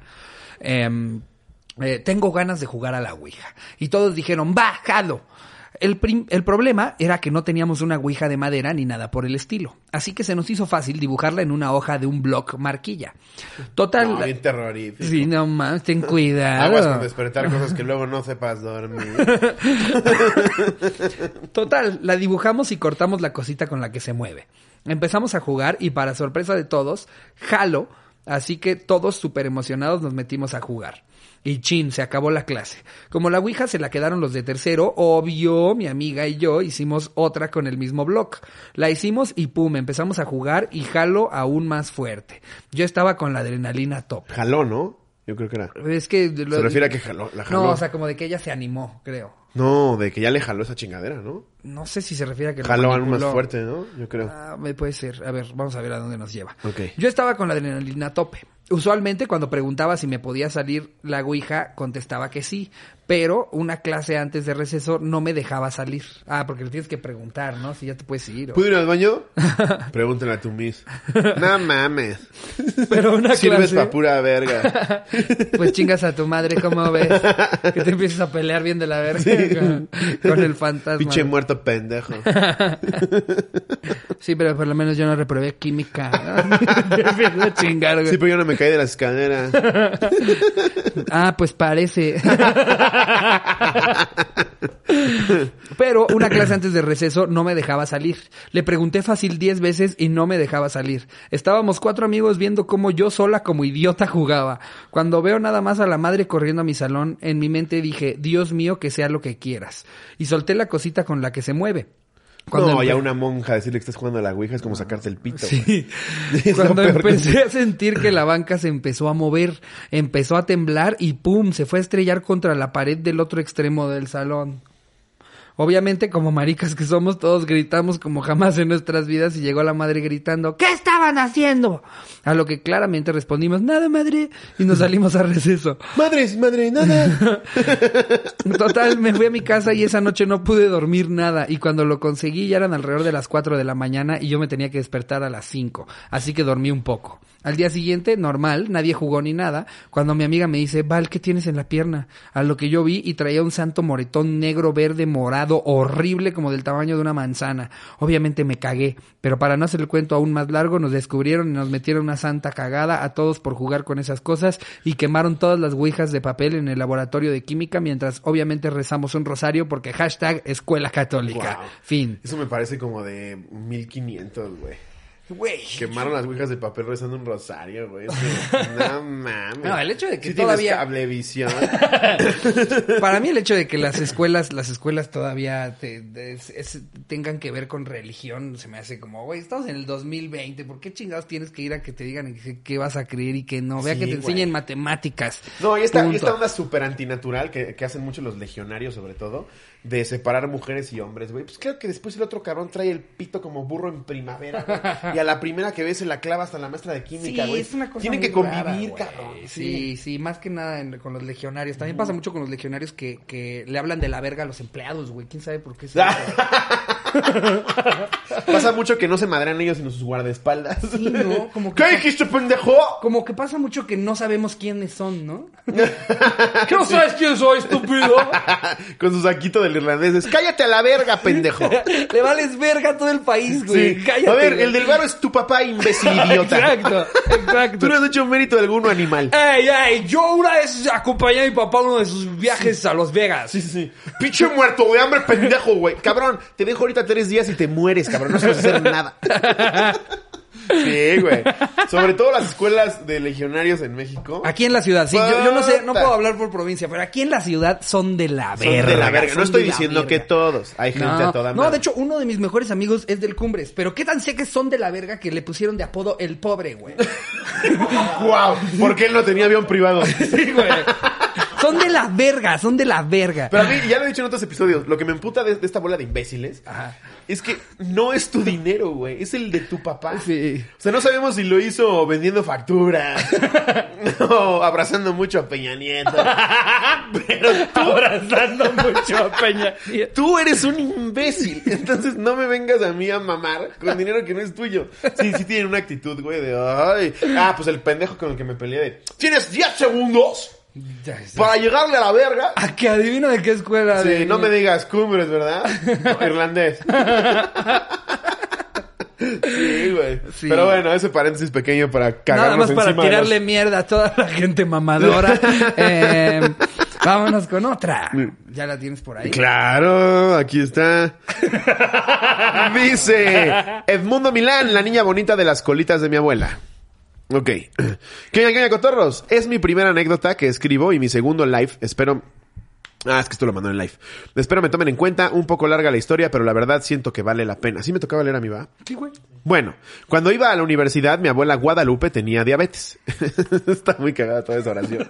Tengo ganas de jugar a la ouija. Y todos dijeron, va, jalo. El problema era que no teníamos una ouija de madera ni nada por el estilo. Así que se nos hizo fácil dibujarla en una hoja de un bloc marquilla. Total... No, bien terrorífico. Sí, no mames, ten cuidado. Aguas con despertar cosas que luego no sepas dormir. Total, la dibujamos y cortamos la cosita con la que se mueve. Empezamos a jugar y para sorpresa de todos, jalo, así que todos súper emocionados nos metimos a jugar. Y chin, se acabó la clase. Como la ouija se la quedaron los de tercero, obvio, mi amiga y yo hicimos otra con el mismo bloc. La hicimos y pum, empezamos a jugar y jalo aún más fuerte. Yo estaba con la adrenalina a tope. Jaló, ¿no? Yo creo que era. Es que... Se refiere a que la jaló. No, o sea, como de que ella se animó, creo. No, de que ya le jaló esa chingadera, ¿no? No sé si se refiere a que... Jaló lo aún más manipuló. fuerte, ¿no? Yo creo. Ah, me puede ser. A ver, vamos a ver a dónde nos lleva. Ok. Yo estaba con la adrenalina a tope. Usualmente cuando preguntaba si me podía salir la ouija, contestaba que sí. Pero una clase antes de receso no me dejaba salir. Ah, porque le tienes que preguntar, ¿no? Si ya te puedes ir. ¿Puedo ir al baño? Pregúntale a tu miss. No mames. Pero una Sirves clase... pa' pura verga. Pues chingas a tu madre, ¿cómo ves? Que te empieces a pelear bien de la verga con el fantasma. Pinche muerto pendejo. Sí, pero por lo menos yo no reprobé química. Te empiezo a chingar, güey. Sí, pero yo no me caí de las escaleras. Ah, pues parece. Pero una clase antes de receso no me dejaba salir. Le pregunté fácil 10 veces y no me dejaba salir. Estábamos 4 amigos viendo cómo yo sola como idiota jugaba. Cuando veo nada más a la madre corriendo a mi salón, en mi mente dije, Dios mío, que sea lo que quieras. Y solté la cosita con la que se mueve. No, ya una monja decirle que estás jugando a la ouija es como sacarte el pito. Sí. Es lo Cuando peor que- empecé a sentir que la banca se empezó a mover, empezó a temblar y ¡pum! Se fue a estrellar contra la pared del otro extremo del salón. Obviamente, como maricas que somos, todos gritamos como jamás en nuestras vidas y llegó la madre gritando, ¿qué estaban haciendo? A lo que claramente respondimos, nada, madre, y nos salimos a receso. Madre, nada. Total, me fui a mi casa y esa noche no pude dormir nada. Y cuando lo conseguí ya eran alrededor de las 4 de la mañana y yo me tenía que despertar a las 5. Así que dormí un poco. Al día siguiente, normal, nadie jugó ni nada. Cuando mi amiga me dice, Val, ¿qué tienes en la pierna? A lo que yo vi y traía un santo moretón negro, verde, morado, horrible como del tamaño de una manzana. Obviamente me cagué. Pero para no hacer el cuento aún más largo, nos descubrieron y nos metieron una santa cagada a todos por jugar con esas cosas y quemaron todas las ouijas de papel en el laboratorio de química mientras obviamente rezamos un rosario porque hashtag escuela católica. Wow. Fin. Eso me parece como de 1500, güey. Güey. Quemaron las ouijas de papel rezando un rosario, güey. Es que, no mames. No, el hecho de que ¿Sí todavía... tienes cablevisión? Para mí el hecho de que las escuelas todavía tengan que ver con religión se me hace como, güey, estamos en el 2020, ¿por qué chingados tienes que ir a que te digan qué vas a creer y qué no? Vea Sí, que te güey. enseñen matemáticas. No, y esta Punto. onda súper antinatural que hacen mucho los legionarios, sobre todo, de separar mujeres y hombres, güey. Pues claro que después el otro cabrón trae el pito como burro en primavera, güey. Y a la primera que ves se la clava hasta la maestra de química, Sí, güey. es una cosa Tienen muy que convivir, rara, güey. cabrón. Sí, más que nada con los legionarios. También pasa mucho con los legionarios que le hablan de la verga a los empleados, güey. ¿Quién sabe por qué? Pasa mucho que no se madrean ellos sino sus guardaespaldas. Sí, ¿no? Como que ¿Qué dijiste, pendejo? Como que pasa mucho que no sabemos quiénes son, ¿no? ¿Qué no sabes quién soy, estúpido? Con su saquito del irlandés. Es, cállate a la verga, pendejo. Le vales verga a todo el país, güey. Sí. Cállate. A ver, güey. el del varo es tu papá, imbécil idiota. Exacto, exacto. Tú no has hecho mérito de alguno animal. Ey, yo una vez acompañé a mi papá a uno de sus viajes a Las Vegas. Sí. Pinche muerto de hambre, pendejo, güey. Cabrón, te dejo ahorita 3 días y te mueres, cabrón. No sabes hacer nada. Sí, güey. Sobre todo las escuelas de legionarios en México. Aquí en la ciudad, sí. Yo no sé, no Puta. puedo hablar por provincia, pero aquí en la ciudad son de la Son verga. de la verga. No son estoy de la diciendo que verga. todos. Hay gente a toda No, madre. de hecho, uno de mis mejores amigos es del Cumbres. Pero qué tan sé que son de la verga que le pusieron de apodo el pobre, güey. ¡Wow! Porque él no tenía avión privado. Sí, güey. Son de la verga, son de la verga. Pero a mí, ya lo he dicho en otros episodios, lo que me emputa de esta bola de imbéciles Ajá. es que no es tu dinero, güey. Es el de tu papá. Sí. O sea, no sabemos si lo hizo vendiendo facturas o abrazando mucho a Peña Nieto. Pero Abrazando mucho a Peña. tú eres un imbécil. Entonces no me vengas a mí a mamar con dinero que no es tuyo. Sí tienen una actitud, güey, de... Ay. Pues el pendejo con el que me peleé de... ¿Tienes 10 segundos para llegarle a la verga? ¿A que adivino de qué escuela? Sí, no me digas Cumbres, ¿verdad? No, irlandés. Sí, güey. Sí. Pero bueno, ese paréntesis pequeño para Nada cagarnos más para encima de tirarle los- mierda a toda la gente mamadora. Vámonos con otra. ¿Ya la tienes por ahí? Claro, aquí está. Dice Edmundo Milán, la niña bonita de las colitas de mi abuela. Ok. ¿Qué oña, cotorros? Es mi primera anécdota que escribo y mi segundo live. Espero... es que esto lo mandó en live. Espero me tomen en cuenta. Un poco larga la historia, pero la verdad siento que vale la pena. ¿Sí me tocaba leer a mí, va? Sí, güey. Bueno, cuando iba a la universidad, mi abuela Guadalupe tenía diabetes. Está muy cagada toda esa oración.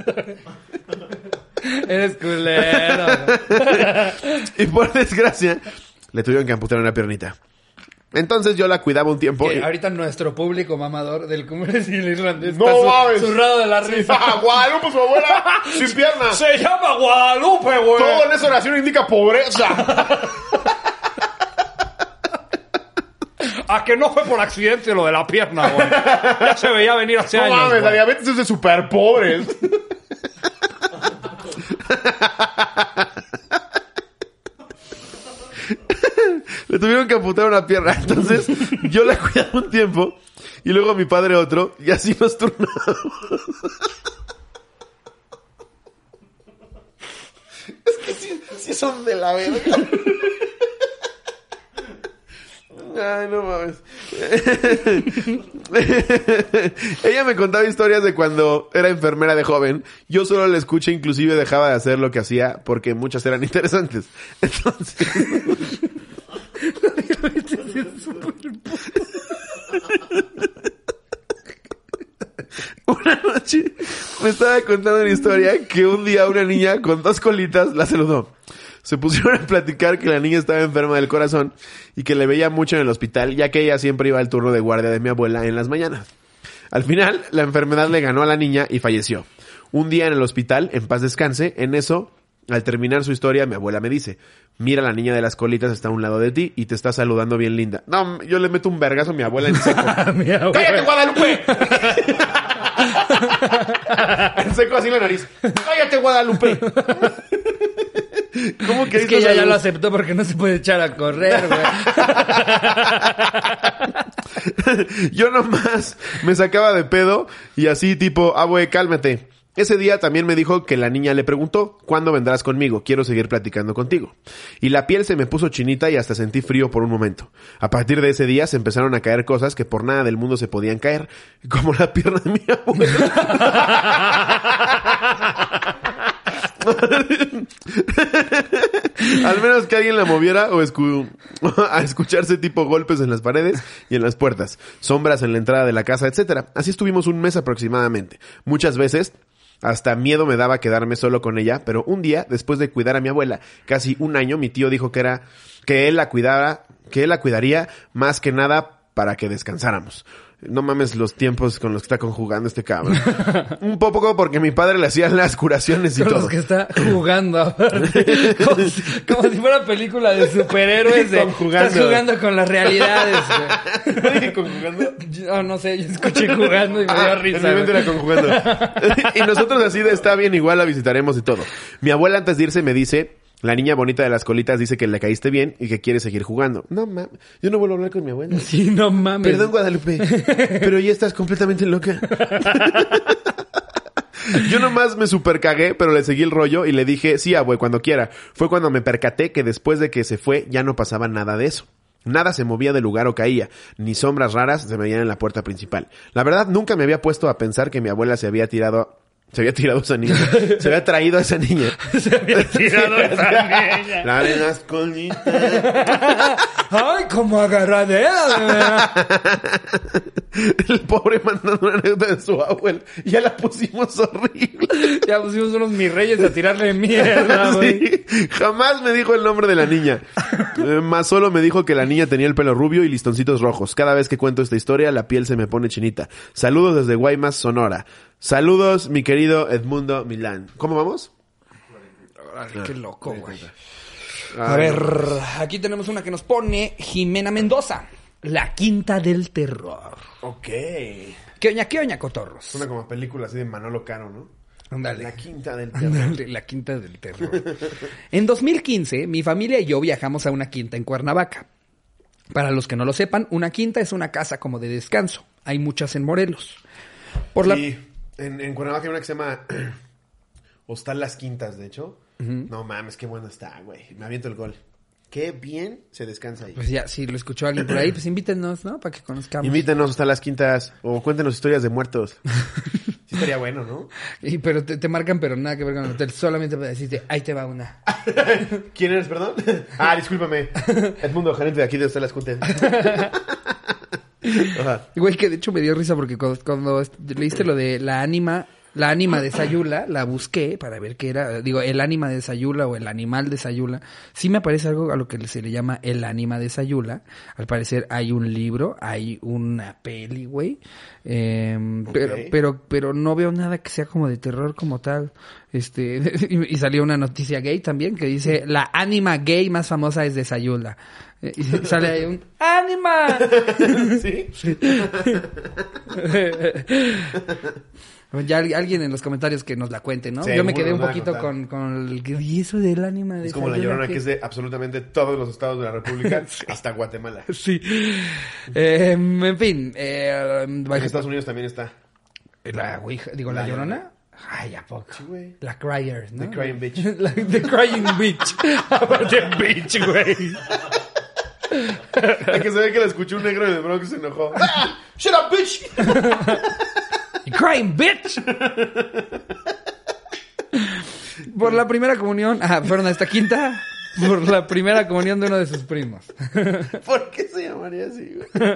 Eres culero. Y por desgracia, le tuvieron que amputar una piernita. Entonces yo la cuidaba un tiempo. Que y- ahorita nuestro público mamador del Cumbres y el Irlandés ¡No está mames! zurrado de la risa. Guadalupe, su abuela, sin piernas. Se llama Guadalupe, güey. Todo en esa oración indica pobreza. A que no fue por accidente lo de la pierna, güey. Ya se veía venir hace No años, mames, la güey. diabetes es de super pobres. Le tuvieron que amputar una pierna. Entonces, yo la cuidaba un tiempo. Y luego mi padre otro. Y así nos turnábamos. Es que sí son de la verga. Ay, no mames. Ella me contaba historias de cuando era enfermera de joven. Yo solo la escuché, inclusive dejaba de hacer lo que hacía porque muchas eran interesantes. Entonces... Una noche me estaba contando una historia que un día una niña con 2 colitas la saludó. Se pusieron a platicar que la niña estaba enferma del corazón y que le veía mucho en el hospital, ya que ella siempre iba al turno de guardia de mi abuela en las mañanas. Al final, la enfermedad le ganó a la niña y falleció. Un día en el hospital, en paz descanse, en eso, al terminar su historia, mi abuela me dice, mira, la niña de las colitas está a un lado de ti y te está saludando bien linda. No, yo le meto un vergazo a mi abuela en seco. Mi abuela. ¡Cállate, Guadalupe! En seco así en la nariz. ¡Cállate, Guadalupe! ¿Cómo que Es que ella ya lo aceptó porque no se puede echar a correr, güey. Yo nomás me sacaba de pedo y así tipo, güey, cálmate. Ese día también me dijo que la niña le preguntó, ¿cuándo vendrás conmigo? Quiero seguir platicando contigo. Y la piel se me puso chinita y hasta sentí frío por un momento. A partir de ese día se empezaron a caer cosas que por nada del mundo se podían caer, como la pierna de mi abuela. Al menos que alguien la moviera o a escucharse tipo golpes en las paredes y en las puertas, sombras en la entrada de la casa, etcétera. Así estuvimos un mes aproximadamente. Muchas veces hasta miedo me daba quedarme solo con ella, pero un día, después de cuidar a mi abuela, casi un año, mi tío dijo que él la cuidaría más que nada para que descansáramos. No mames los tiempos con los que está conjugando este cabrón. Un poco porque mi padre le hacía las curaciones y Con todo. los que está jugando, aparte. Como si fuera película de superhéroes. Conjugando. Estás jugando con las realidades, güey. ¿No dije conjugando? No sé, yo escuché jugando y me dio risa. En mi mente güey. era conjugando. Y nosotros así de está bien, igual la visitaremos y todo. Mi abuela antes de irse me dice... La niña bonita de las colitas dice que le caíste bien y que quiere seguir jugando. No mames, yo no vuelvo a hablar con mi abuela. Sí, no mames. Perdón, Guadalupe, pero ya estás completamente loca. Yo nomás me super cagué, pero le seguí el rollo y le dije, sí, abue, cuando quiera. Fue cuando me percaté que después de que se fue ya no pasaba nada de eso. Nada se movía del lugar o caía, ni sombras raras se veían en la puerta principal. La verdad, nunca me había puesto a pensar que mi abuela se había tirado a esa niña. Se había traído a esa niña. Se había tirado esa niña. La de las colitas. Ay, como agarradera. El pobre mandando una anécdota de su abuelo. Ya la pusimos horrible. Ya pusimos unos mis reyes a tirarle mierda, güey. Sí, jamás me dijo el nombre de la niña. Más solo me dijo que la niña tenía el pelo rubio y listoncitos rojos. Cada vez que cuento esta historia, la piel se me pone chinita. Saludos desde Guaymas, Sonora. Saludos, mi querido Edmundo Milán. ¿Cómo vamos? Ay, qué loco, güey. Ah, A ver, aquí tenemos una que nos pone Jimena Mendoza. La Quinta del Terror. Ok. Qué oña, cotorros. Suena como película así de Manolo Caro, ¿no? Ándale. La Quinta del Terror. Ándale, la Quinta del Terror. En 2015, mi familia y yo viajamos a una quinta en Cuernavaca. Para los que no lo sepan, una quinta es una casa como de descanso. Hay muchas en Morelos. Sí, en Cuernavaca hay una que se llama Hostal Las Quintas, de hecho. No mames, qué bueno está, güey. Me aviento el gol. Qué bien se descansa ahí. Pues ya, si lo escuchó alguien por ahí, pues invítenos, ¿no? Para que conozcamos. Invítenos hasta las quintas o cuéntenos historias de muertos. Sí estaría bueno, ¿no? Pero te marcan, pero nada que ver con el hotel. Solamente para decirte, ahí te va una. ¿Quién eres, perdón? Ah, discúlpame. Edmundo, gerente de aquí de Hostal Las Quintas. Ajá. Güey, que de hecho me dio risa porque cuando leíste lo de la ánima de Sayula, la busqué para ver qué era. Digo, el ánima de Sayula o el animal de Sayula. Sí me aparece algo a lo que se le llama el ánima de Sayula. Al parecer hay un libro, hay una peli, güey. Pero no veo nada que sea como de terror como tal. Y salió una noticia gay también que dice la ánima gay más famosa es de Sayula. Y sale ahí un ¡ánima! ¿Sí? Ya alguien en los comentarios que nos la cuente, ¿no? Sí, Yo me quedé un nos van a poquito contar. con el... ¿Y eso del ánima de Es como la Sayula Llorona qué? que es de absolutamente todos los estados de la República Sí. hasta Guatemala. Sí. En fin. En Estados Unidos también está. La Ouija, digo, ¿la La Llorona? Ay, ¿a poco? Sí, güey. La Crier, ¿no? The Crying Bitch. The Crying Bitch. Aparte, bitch, güey. Es que se ve que la escuchó un negro en el Bronx y se enojó. ¡Ah! ¡Shut up, bitch! The Crying Bitch. Por la primera comunión... fueron a esta quinta... Por la primera comunión de uno de sus primos. ¿Por qué se llamaría así, güey?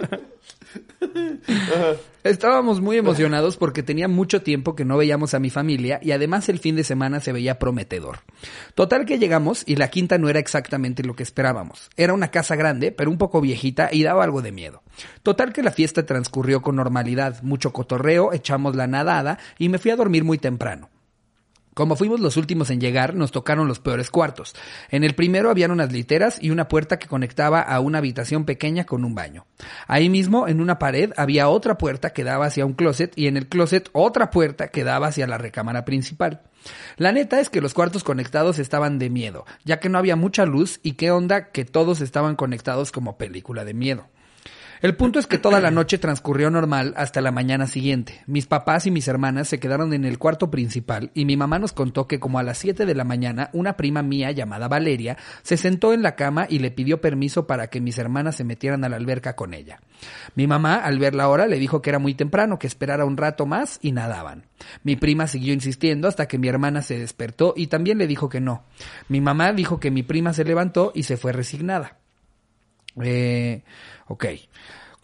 Estábamos muy emocionados porque tenía mucho tiempo que no veíamos a mi familia y además el fin de semana se veía prometedor. Total que llegamos y la quinta no era exactamente lo que esperábamos. Era una casa grande, pero un poco viejita y daba algo de miedo. Total que la fiesta transcurrió con normalidad, mucho cotorreo, echamos la nadada y me fui a dormir muy temprano. Como fuimos los últimos en llegar, nos tocaron los peores cuartos. En el primero habían unas literas y una puerta que conectaba a una habitación pequeña con un baño. Ahí mismo, en una pared, había otra puerta que daba hacia un closet y en el closet otra puerta que daba hacia la recámara principal. La neta es que los cuartos conectados estaban de miedo, ya que no había mucha luz y qué onda que todos estaban conectados como película de miedo. El punto es que toda la noche transcurrió normal hasta la mañana siguiente. Mis papás y mis hermanas se quedaron en el cuarto principal y mi mamá nos contó que como a las 7 de la mañana una prima mía llamada Valeria se sentó en la cama y le pidió permiso para que mis hermanas se metieran a la alberca con ella. Mi mamá, al ver la hora, le dijo que era muy temprano, que esperara un rato más y nadaban. Mi prima siguió insistiendo hasta que mi hermana se despertó y también le dijo que no. Mi mamá dijo que mi prima se levantó y se fue resignada. Ok.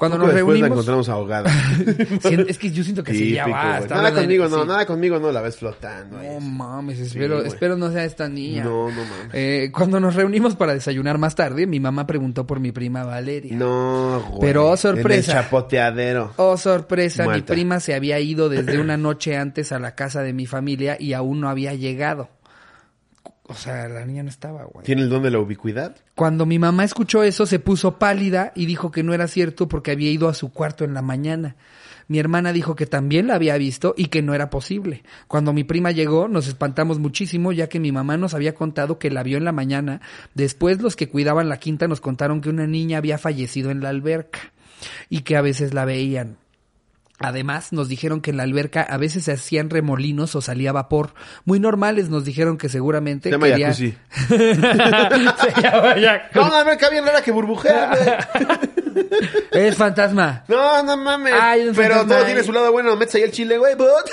Cuando Poco nos después la reunimos... encontramos ahogada. Es que yo siento que sí, ya Típico, va. güey. está Nada hablando de- conmigo, no. sí. Nada conmigo, no. La ves flotando. ahí. No mames, Sí, espero güey. no sea esta niña. No mames. Cuando nos reunimos para desayunar más tarde, mi mamá preguntó por mi prima Valeria. No, güey. Pero, oh, sorpresa. En el chapoteadero. Oh, sorpresa, mi Muerta. prima se había ido desde una noche antes a la casa de mi familia y aún no había llegado. O sea, la niña no estaba, güey. ¿Tiene el don de la ubicuidad? Cuando mi mamá escuchó eso, se puso pálida y dijo que no era cierto porque había ido a su cuarto en la mañana. Mi hermana dijo que también la había visto y que no era posible. Cuando mi prima llegó, nos espantamos muchísimo ya que mi mamá nos había contado que la vio en la mañana. Después, los que cuidaban la quinta nos contaron que una niña había fallecido en la alberca y que a veces la veían. Además, nos dijeron que en la alberca a veces se hacían remolinos o salía vapor. Muy normales, nos dijeron que seguramente Se llama quería... jacuzzi. Se llama jacuzzi. No, una alberca bien rara que burbujea, güey. Es fantasma. No, no mames. Ay, un Pero fantasma todo ahí. tiene su lado bueno. Metes ahí el chile, güey. But...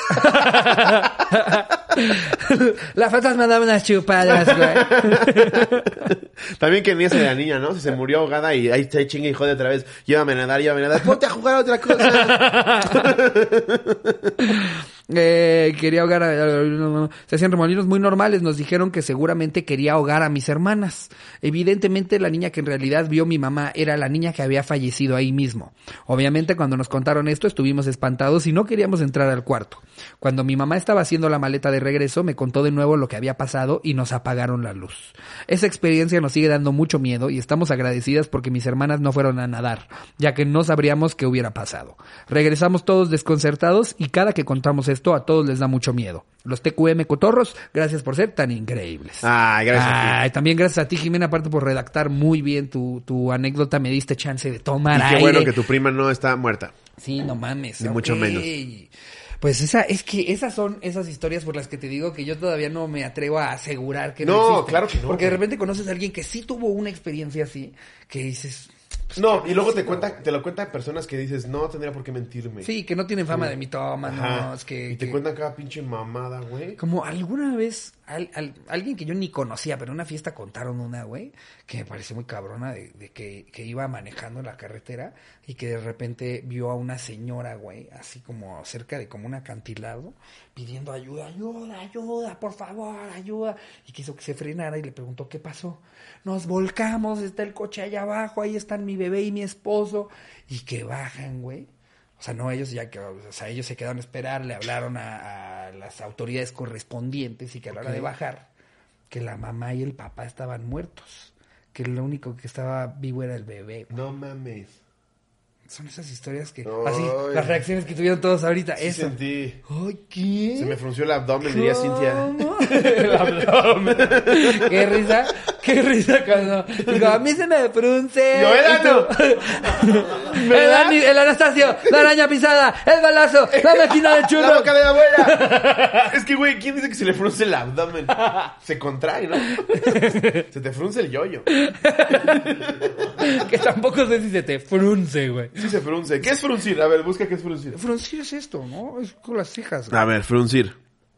La fantasma da unas chupadas, güey. También que ni esa de la niña, ¿no? Si se murió ahogada y ahí está chingue y jode otra vez. Llévame a nadar. Ponte a jugar a otra cosa. Quería ahogar se hacían remolinos muy normales. Nos dijeron que seguramente quería ahogar a mis hermanas. Evidentemente la niña que en realidad vio mi mamá era la niña que había fallecido ahí mismo. Obviamente cuando nos contaron esto estuvimos espantados y no queríamos entrar al cuarto. Cuando mi mamá estaba haciendo la maleta de regreso me contó de nuevo lo que había pasado y nos apagaron la luz. Esa experiencia nos sigue dando mucho miedo y estamos agradecidas porque mis hermanas no fueron a nadar, ya que no sabríamos qué hubiera pasado. Regresamos todos desconcertados y cada que contamos esto a todos les da mucho miedo. Los TQM cotorros, gracias por ser tan increíbles. Ay, gracias a ti. Ay, también gracias a ti, Jimena, aparte por redactar muy bien tu anécdota, me diste chance de tomar Y qué aire. bueno que tu prima no está muerta. Sí, no mames. Ni mucho menos. Pues esas son esas historias por las que te digo que yo todavía no me atrevo a asegurar que No, existen. claro que no, Porque de güey. repente conoces a alguien que sí tuvo una experiencia así, que dices... No, y luego te lo cuentan personas que dices, no tendría por qué mentirme. Sí, que no tienen fama de Ajá. mitómanos, Y te que... cuentan cada pinche mamada, güey. Como alguna vez, alguien que yo ni conocía, pero en una fiesta contaron una, güey, que me pareció muy cabrona, de que iba manejando en la carretera y que de repente vio a una señora, güey, así como cerca de como un acantilado, pidiendo ayuda, por favor, ayuda. Y quiso que se frenara y le preguntó, ¿qué pasó? Nos volcamos, está el coche allá abajo, ahí están mi bebé y mi esposo. Y que bajan, güey. O sea, no, ellos ellos se quedaron a esperar, le hablaron a las autoridades correspondientes y que a la hora de bajar, que la mamá y el papá estaban muertos, que lo único que estaba vivo era el bebé. No mames. Son esas historias que, Ay. así, las reacciones que tuvieron todos ahorita, Sí eso. sentí. Ay, ¿qué? Se me frunció el abdomen, diría Cintia. ¿Cómo? El abdomen. Qué risa cuando digo, a mí se me frunce. Yo, el ano. El Anastasio, la araña pisada, el balazo, la máquina de ¡La churro. boca de la abuela! Es que, güey, ¿quién dice que se le frunce el abdomen? Se contrae, ¿no? Se te frunce el yoyo. Que tampoco sé si se te frunce, güey. Sí se frunce. ¿Qué es fruncir? A ver, busca qué es fruncir. Fruncir es esto, ¿no? Es con las cejas. A ver, fruncir.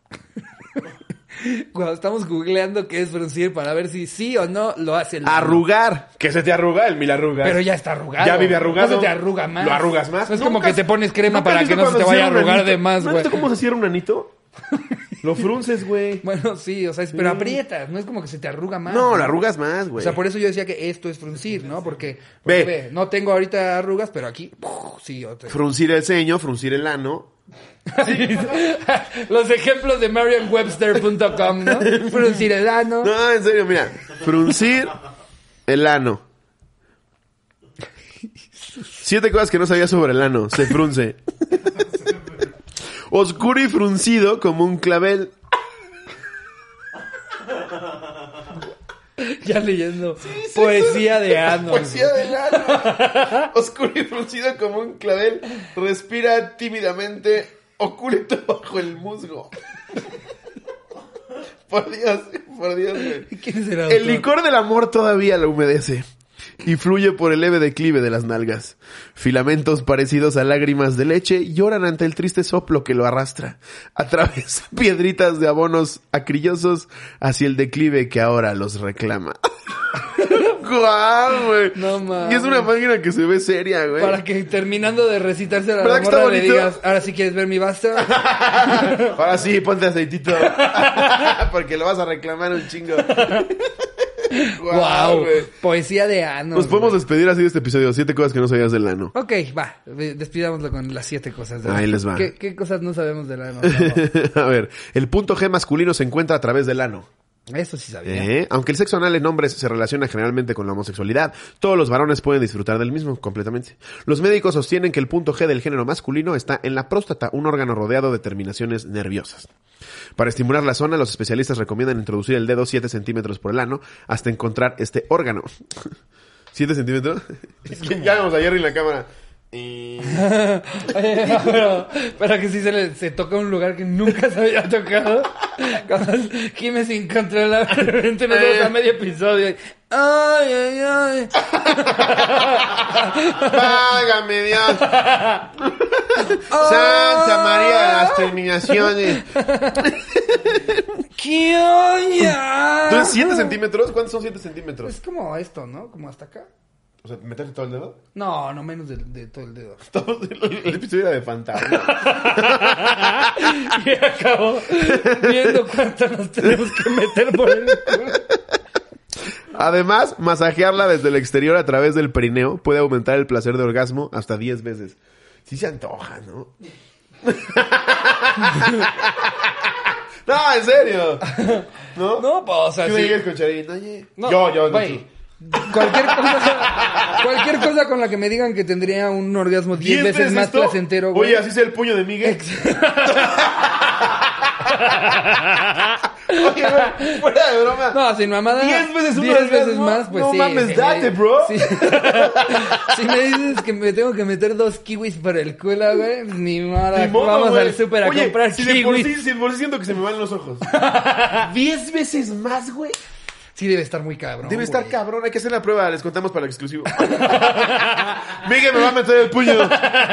Cuando estamos googleando qué es fruncir para ver si sí o no lo hace el... Arrugar. Que se te arruga el mil arrugas. Pero ya está arrugado. Ya vive arrugado. No se te arruga más. Lo arrugas más. No es como ¿Nunca que te pones crema ¿nunca para has que visto no se te cuando vaya a cierra un arrugar anito? de más, ¿No has güey. visto cómo se cierra un anito? Lo frunces, güey. Bueno, sí, o sea, pero aprietas, no es como que se te arruga más. No, lo arrugas más, O güey. sea, por eso yo decía que esto es fruncir, ¿no? Porque Ve. ve, no tengo ahorita arrugas, pero aquí, sí, Fruncir el ceño, fruncir el ano. Los ejemplos de Merriam-Webster.com, ¿no? Fruncir el ano. No, en serio, mira. Fruncir el ano. 7 cosas que no sabía sobre el ano. Se frunce. Oscuro y fruncido como un clavel. Ya leyendo poesía de ano. Poesía del ano. Oscuro y fruncido como un clavel. Respira tímidamente, oculto bajo el musgo. Por Dios, güey. ¿Quién será? El licor del amor todavía lo humedece y fluye por el leve declive de las nalgas. Filamentos parecidos a lágrimas de leche lloran ante el triste soplo que lo arrastra. Atraviesa piedritas de abonos acrillosos hacia el declive que ahora los reclama. ¡Guau, güey! No mames. Y es una página que se ve seria, güey. Para que terminando de recitarse a la ¿Verdad que está morra le bonito? digas, ahora sí quieres ver mi vaso. Ahora sí, ponte aceitito. Porque lo vas a reclamar un chingo. Wow, güey. poesía de ano. Nos podemos despedir así de este episodio. 7 cosas que no sabías del ano. Ok, va, despidámoslo con las 7 cosas del Ahí ano. les va. ¿Qué cosas no sabemos del ano? A ver, el punto G masculino se encuentra a través del ano. Eso sí sabía. Aunque el sexo anal en hombres se relaciona generalmente con la homosexualidad, todos los varones pueden disfrutar del mismo completamente. Los médicos sostienen que el punto G del género masculino está en la próstata, un órgano rodeado de terminaciones nerviosas. Para estimular la zona, los especialistas recomiendan introducir el dedo 7 centímetros por el ano hasta encontrar este órgano. ¿7 centímetros? Ya vemos a Jerry en la cámara. pero que sí se toca un lugar que nunca se había tocado. Cuando gime incontrolablemente nos vamos a medio episodio. Ay, ay, ay. ¡Válgame Dios! Santa María de las terminaciones. ¿Qué olla? Entonces, 7 centímetros. ¿Cuántos son 7 centímetros? Es como esto, ¿no? Como hasta acá. O sea, ¿meterte todo el dedo? No, no menos de todo el dedo. El episodio era de fantasma. Y acabó viendo cuánto nos tenemos que meter por el culo. Además, masajearla desde el exterior a través del perineo puede aumentar el placer de orgasmo hasta 10 veces. Sí se antoja, ¿no? No, en serio. ¿No? No, pues, o sea, ¿Qué me sí. digas con Charín? Oye. No, Yo, güey, cualquier cosa con la que me digan que tendría un orgasmo 10 veces más esto? placentero, güey. Oye, así es el puño de Miguel. Oye, güey, fuera de broma. No, sin mamada. 10 veces un 10 veces orgasmo. más, pues No sí. mames, sí, date, me- bro. sí. Si me dices que me tengo que meter 2 kiwis por el culo, güey, ni modo. Ni modo, Vamos güey. al súper a Oye, comprar si de por kiwis. sí siento que se me van los ojos. 10 veces más, güey. Sí debe estar muy cabrón, Debe estar güey. cabrón, hay que hacer la prueba, les contamos para el exclusivo. Miguel me va a meter el puño.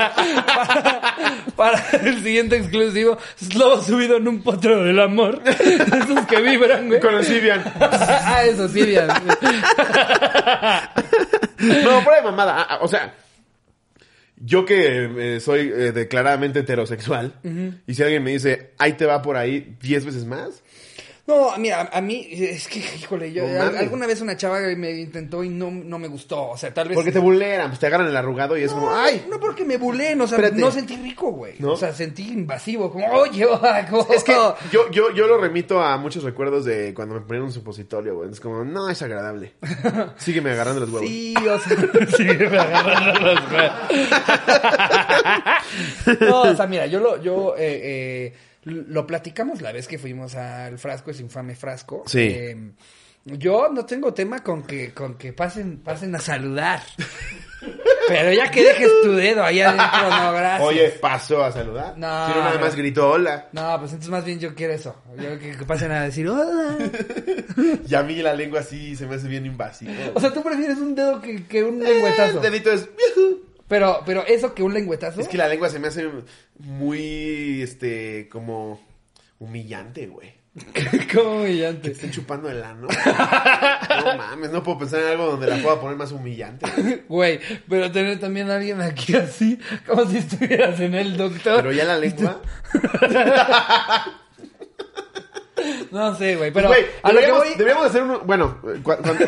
Para el siguiente exclusivo, Slobo subido en un potro del amor. Esos que vibran, güey. Con el Sibian. Ah, eso sí, bien. No, fuera de mamada. O sea, yo que soy declaradamente heterosexual, y si alguien me dice, ahí te va por ahí 10 veces más. No, mira, a mí, es que, híjole, yo No mames. alguna vez una chava me intentó y no me gustó, o sea, tal vez... Porque te buleran, pues te agarran el arrugado y es como, ¡ay! No porque me buleen, o sea, Espérate. no sentí rico, güey. ¿No? O sea, sentí invasivo, como, oye, como... Es que yo lo remito a muchos recuerdos de cuando me ponían un supositorio, güey. Es como, no, es agradable. Sígueme agarrando los huevos. Sí, o sea, sí, me agarran los huevos. No, o sea, mira, yo lo platicamos la vez que fuimos al frasco, ese infame frasco. Sí. Yo no tengo tema con que pasen a saludar. Pero ya que dejes tu dedo ahí adentro, no, gracias. Oye, pasó a saludar. No. Si no, nada más gritó hola. No, pues entonces más bien yo quiero eso. Yo que pasen a decir hola. Y a mí la lengua así se me hace bien invasiva. O sea, tú prefieres un dedo que un lengüetazo. El dedito es... Pero eso que un lengüetazo. Es que la lengua se me hace muy, como humillante, güey. Como humillante. Estoy chupando el ano. No mames, no puedo pensar en algo donde la pueda poner más humillante. Güey, pero tener también a alguien aquí así, como si estuvieras en el doctor. Pero ya la lengua... No sé, güey, pero Güey, a lo que voy... deberíamos hacer uno... Bueno, ¡No!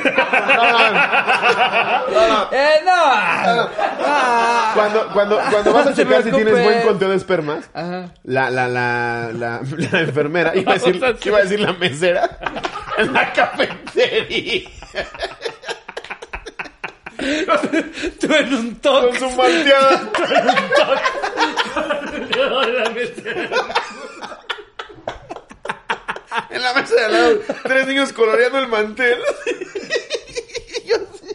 cuando vas a No te checar si tienes preocupes. buen conteo de espermas, Ajá. la enfermera, iba a decir la mesera, en la cafetería, Tú en un toque. con su malteada. En la mesa de al lado, 3 niños coloreando el mantel. Yo sí.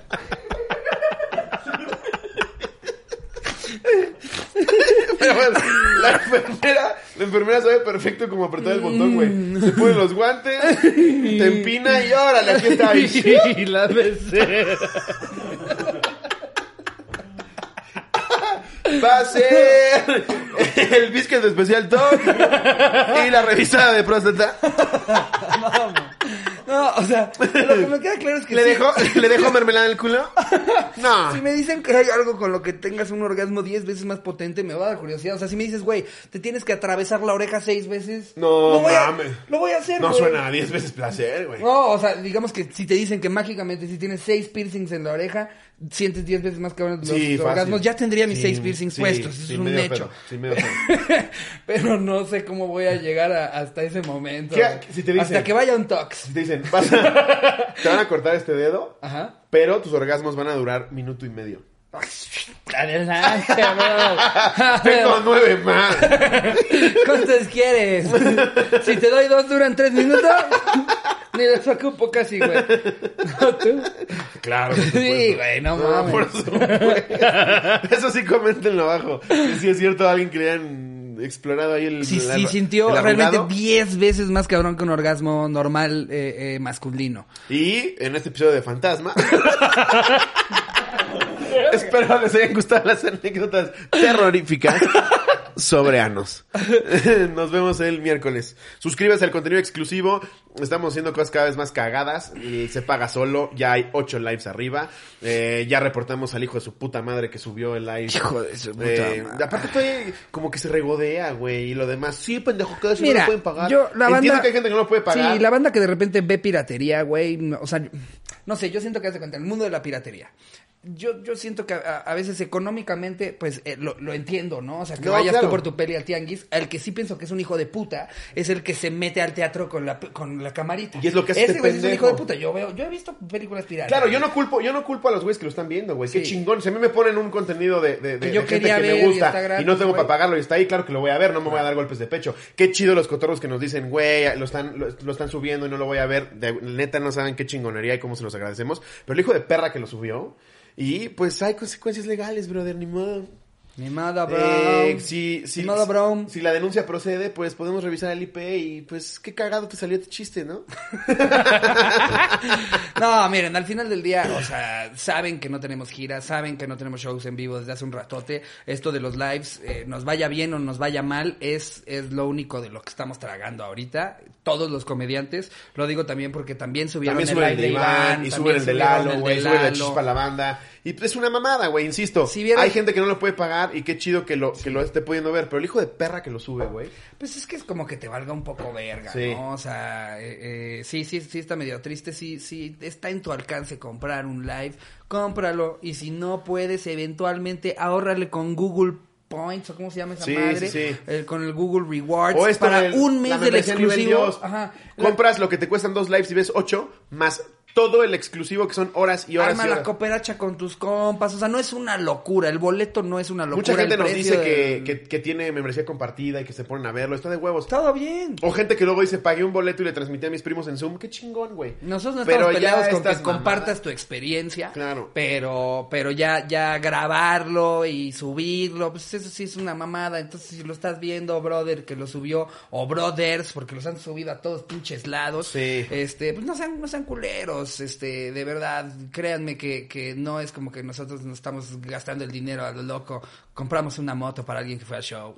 Pero bueno, la enfermera sabe perfecto cómo apretar el botón, güey. Se pone los guantes, te empina y órale, aquí está. Y la mesera. Va a ser el biscuit de especial top y la revisada de próstata. No, o sea, lo que me queda claro es que ¿Le dejo mermelada en el culo? No. Si me dicen que hay algo con lo que tengas un orgasmo 10 veces más potente, me va a dar curiosidad. O sea, si me dices, güey, te tienes que atravesar la oreja 6 veces. No, mames. Lo voy a hacer, No güey. suena a 10 veces placer, güey. No, o sea, digamos que si te dicen que mágicamente si tienes 6 piercings en la oreja, sientes 10 veces más cabrón los orgasmos, fácil. ya tendría mis Sí, 6 piercings puestos. Eso sí, es un medio hecho. pedo, sí, medio pedo. Pero no sé cómo voy a llegar hasta ese momento. Si te dicen, hasta que vaya un tox. Si te dicen, te van a cortar este dedo, Ajá. pero tus orgasmos van a durar 1.5 minutos. Adelante, amor. Tengo 9 más. ¿Cuántos quieres? Si te doy 2, duran 3 minutos. Ni les ocupo casi, güey. ¿No, tú? Claro. Sí, güey, no mames. Por supuesto. Eso sí, coméntenlo abajo. Si es cierto, alguien que le hayan explorado ahí el... Sí, sintió realmente 10 veces más cabrón que un orgasmo normal masculino. Y en este episodio de Fantasma... Espero les hayan gustado las anécdotas terroríficas sobre anos. Nos vemos el miércoles. Suscríbase al contenido exclusivo. Estamos haciendo cosas cada vez más cagadas. Se paga solo. Ya hay 8 lives arriba. Ya reportamos al hijo de su puta madre que subió el live. Hijo de su puta madre. Aparte todavía como que se regodea, güey. Y lo demás, sí, pendejo, que eso no Mira, lo pueden pagar. la Entiendo banda, que hay gente que no lo puede pagar. Sí, la banda que de repente ve piratería, güey. O sea, no sé, yo siento que hace cuenta, el mundo de la piratería. Yo siento que a veces económicamente, pues, lo entiendo, ¿no? O sea, que No, vayas claro. tú por tu peli al tianguis. El que sí pienso que es un hijo de puta es el que se mete al teatro con la camarita. Y es lo que hace Ese este güey es un hijo pendejo. de puta. Yo he visto películas piratas. Claro, yo no culpo a los güeyes que lo están viendo, güey. Qué Sí. chingón. Si a mí me ponen un contenido de Que yo gente quería que ver me y gusta está gratis, y no tengo güey. para pagarlo y está ahí, claro que lo voy a ver, no me voy a dar golpes de pecho. Qué chido los cotorros que nos dicen, güey, lo están subiendo y no lo voy a ver. Neta no saben qué chingonería y cómo se los agradecemos. Pero el hijo de perra que lo subió, y pues hay consecuencias legales, brother, ni modo. Ni modo, bro. Si Ni modo, bro. si la denuncia procede, pues podemos revisar el IP y pues qué cagado te salió este chiste, ¿no? No, miren, al final del día, o sea, saben que no tenemos giras, saben que no tenemos shows en vivo desde hace un ratote. Esto de los lives, nos vaya bien o nos vaya mal, es lo único de lo que estamos tragando ahorita. Todos los comediantes, lo digo también porque también subieron También el suben el live de Iván, y suben el de Lalo, güey, suben el Chispa la banda. Y es una mamada, güey, insisto. Si vieron- Hay gente que no lo puede pagar y qué chido que lo esté pudiendo ver. Pero el hijo de perra que lo sube, güey. Pues es que es como que te valga un poco verga, Sí. ¿no? O sea, sí está medio triste. Sí, está en tu alcance comprar un live, cómpralo. Y si no puedes, eventualmente, ahórrale con Google Points, o cómo se llama esa Sí, madre. sí. Con el Google Rewards. O esto para del- un la mes del membresía nivel exclusivo. Dios. Ajá. Compras lo que te cuestan 2 lives y ves 8, más todo el exclusivo que son horas y horas Arma y la horas. cooperacha con tus compas. O sea, no es una locura. El boleto no es una locura. Mucha gente el nos precio dice del- que tiene membresía compartida y que se ponen a verlo. Está de huevos. Todo bien. O gente que luego dice, pagué un boleto y le transmití a mis primos en Zoom. Qué chingón, güey. Nosotros no Pero estamos peleados ya con que estas compartas mamadas. tu experiencia. Claro. Pero ya grabarlo y subirlo, pues eso sí es una mamada. Entonces, si lo estás viendo, brother, que lo subió, o brothers, porque los han subido a todos pinches lados. Sí. Pues no sean culeros, de verdad, créanme que no es como que nosotros nos estamos gastando el dinero a lo loco. Compramos una moto para alguien que fue al show.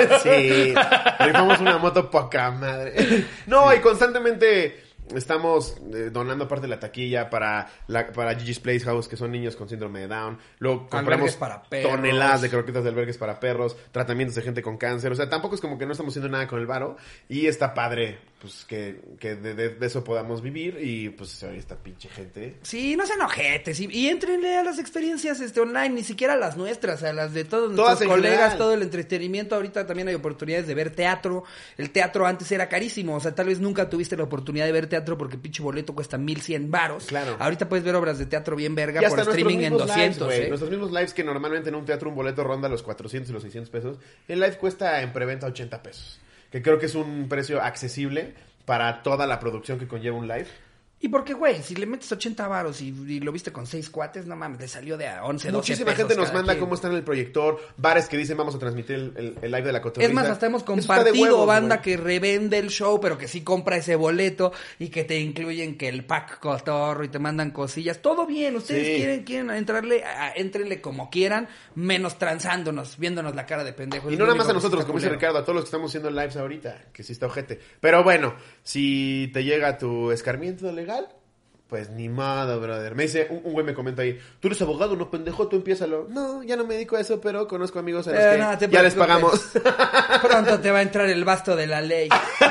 Sí, rifamos una moto poca madre. No, y constantemente estamos donando parte de la taquilla para Gigi's Playhouse, que son niños con síndrome de Down. Luego compramos Albergues para perros. toneladas de croquetas de albergues para perros, tratamientos de gente con cáncer. O sea, tampoco es como que no estamos haciendo nada con el varo. Y está padre, pues, que de eso podamos vivir. Y pues ahí está pinche gente. Sí, no sean ojetes. Y entrenle a las experiencias online, ni siquiera a las nuestras, a las de todos Todas nuestros en colegas, general. todo el entretenimiento. Ahorita también hay oportunidades de ver teatro. El teatro antes era carísimo, o sea, tal vez nunca tuviste la oportunidad de ver teatro porque pinche boleto cuesta 1,100 varos. Claro. Ahorita puedes ver obras de teatro bien verga Y por hasta streaming en nuestros mismos 200, lives, güey. ¿eh? Nuestros mismos lives que normalmente en un teatro un boleto ronda los 400 y los 600 pesos. El live cuesta en preventa 80 pesos. Que creo que es un precio accesible para toda la producción que conlleva un live. Y porque, güey, si le metes 80 varos y lo viste con 6 cuates, no mames, le salió de a 11, 12 Muchísima pesos gente nos cada manda quien. cómo está en el proyector, bares que dicen vamos a transmitir el live de la cotorriza. Es más, hasta hemos Eso está de compartido huevos, banda güey. que revende el show, pero que sí compra ese boleto y que te incluyen que el pack cotorro y te mandan cosillas. Todo bien, ustedes Sí. quieren entrarle, éntrenle como quieran, menos transándonos, viéndonos la cara de pendejos. Y Es no lo nada más único a que nosotros, está como dice culero. Ricardo, a todos los que estamos haciendo lives ahorita, que sí está ojete. Pero bueno, si te llega tu escarmiento legal, legal, pues ni modo, brother. Me dice, un güey me comenta ahí, tú eres abogado, no pendejo, tú empiézalo. No, ya no me dedico a eso, pero conozco amigos a los que no te ya les preocupes. pagamos. Pronto te va a entrar el basto de la ley.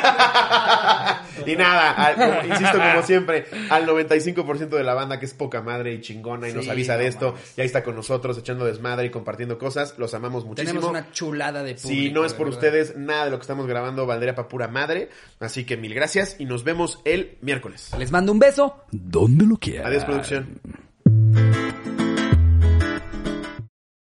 Y nada, insisto, como siempre, al 95% de la banda que es poca madre y chingona y Sí, nos avisa de no esto, mames. y ahí está con nosotros echando desmadre y compartiendo cosas, los amamos muchísimo. Tenemos una chulada de público. Si no es por de verdad. ustedes, nada de lo que estamos grabando valdría pa' pura madre. Así que mil gracias y nos vemos el miércoles. Les mando un beso. Donde lo quiera. Adiós, producción.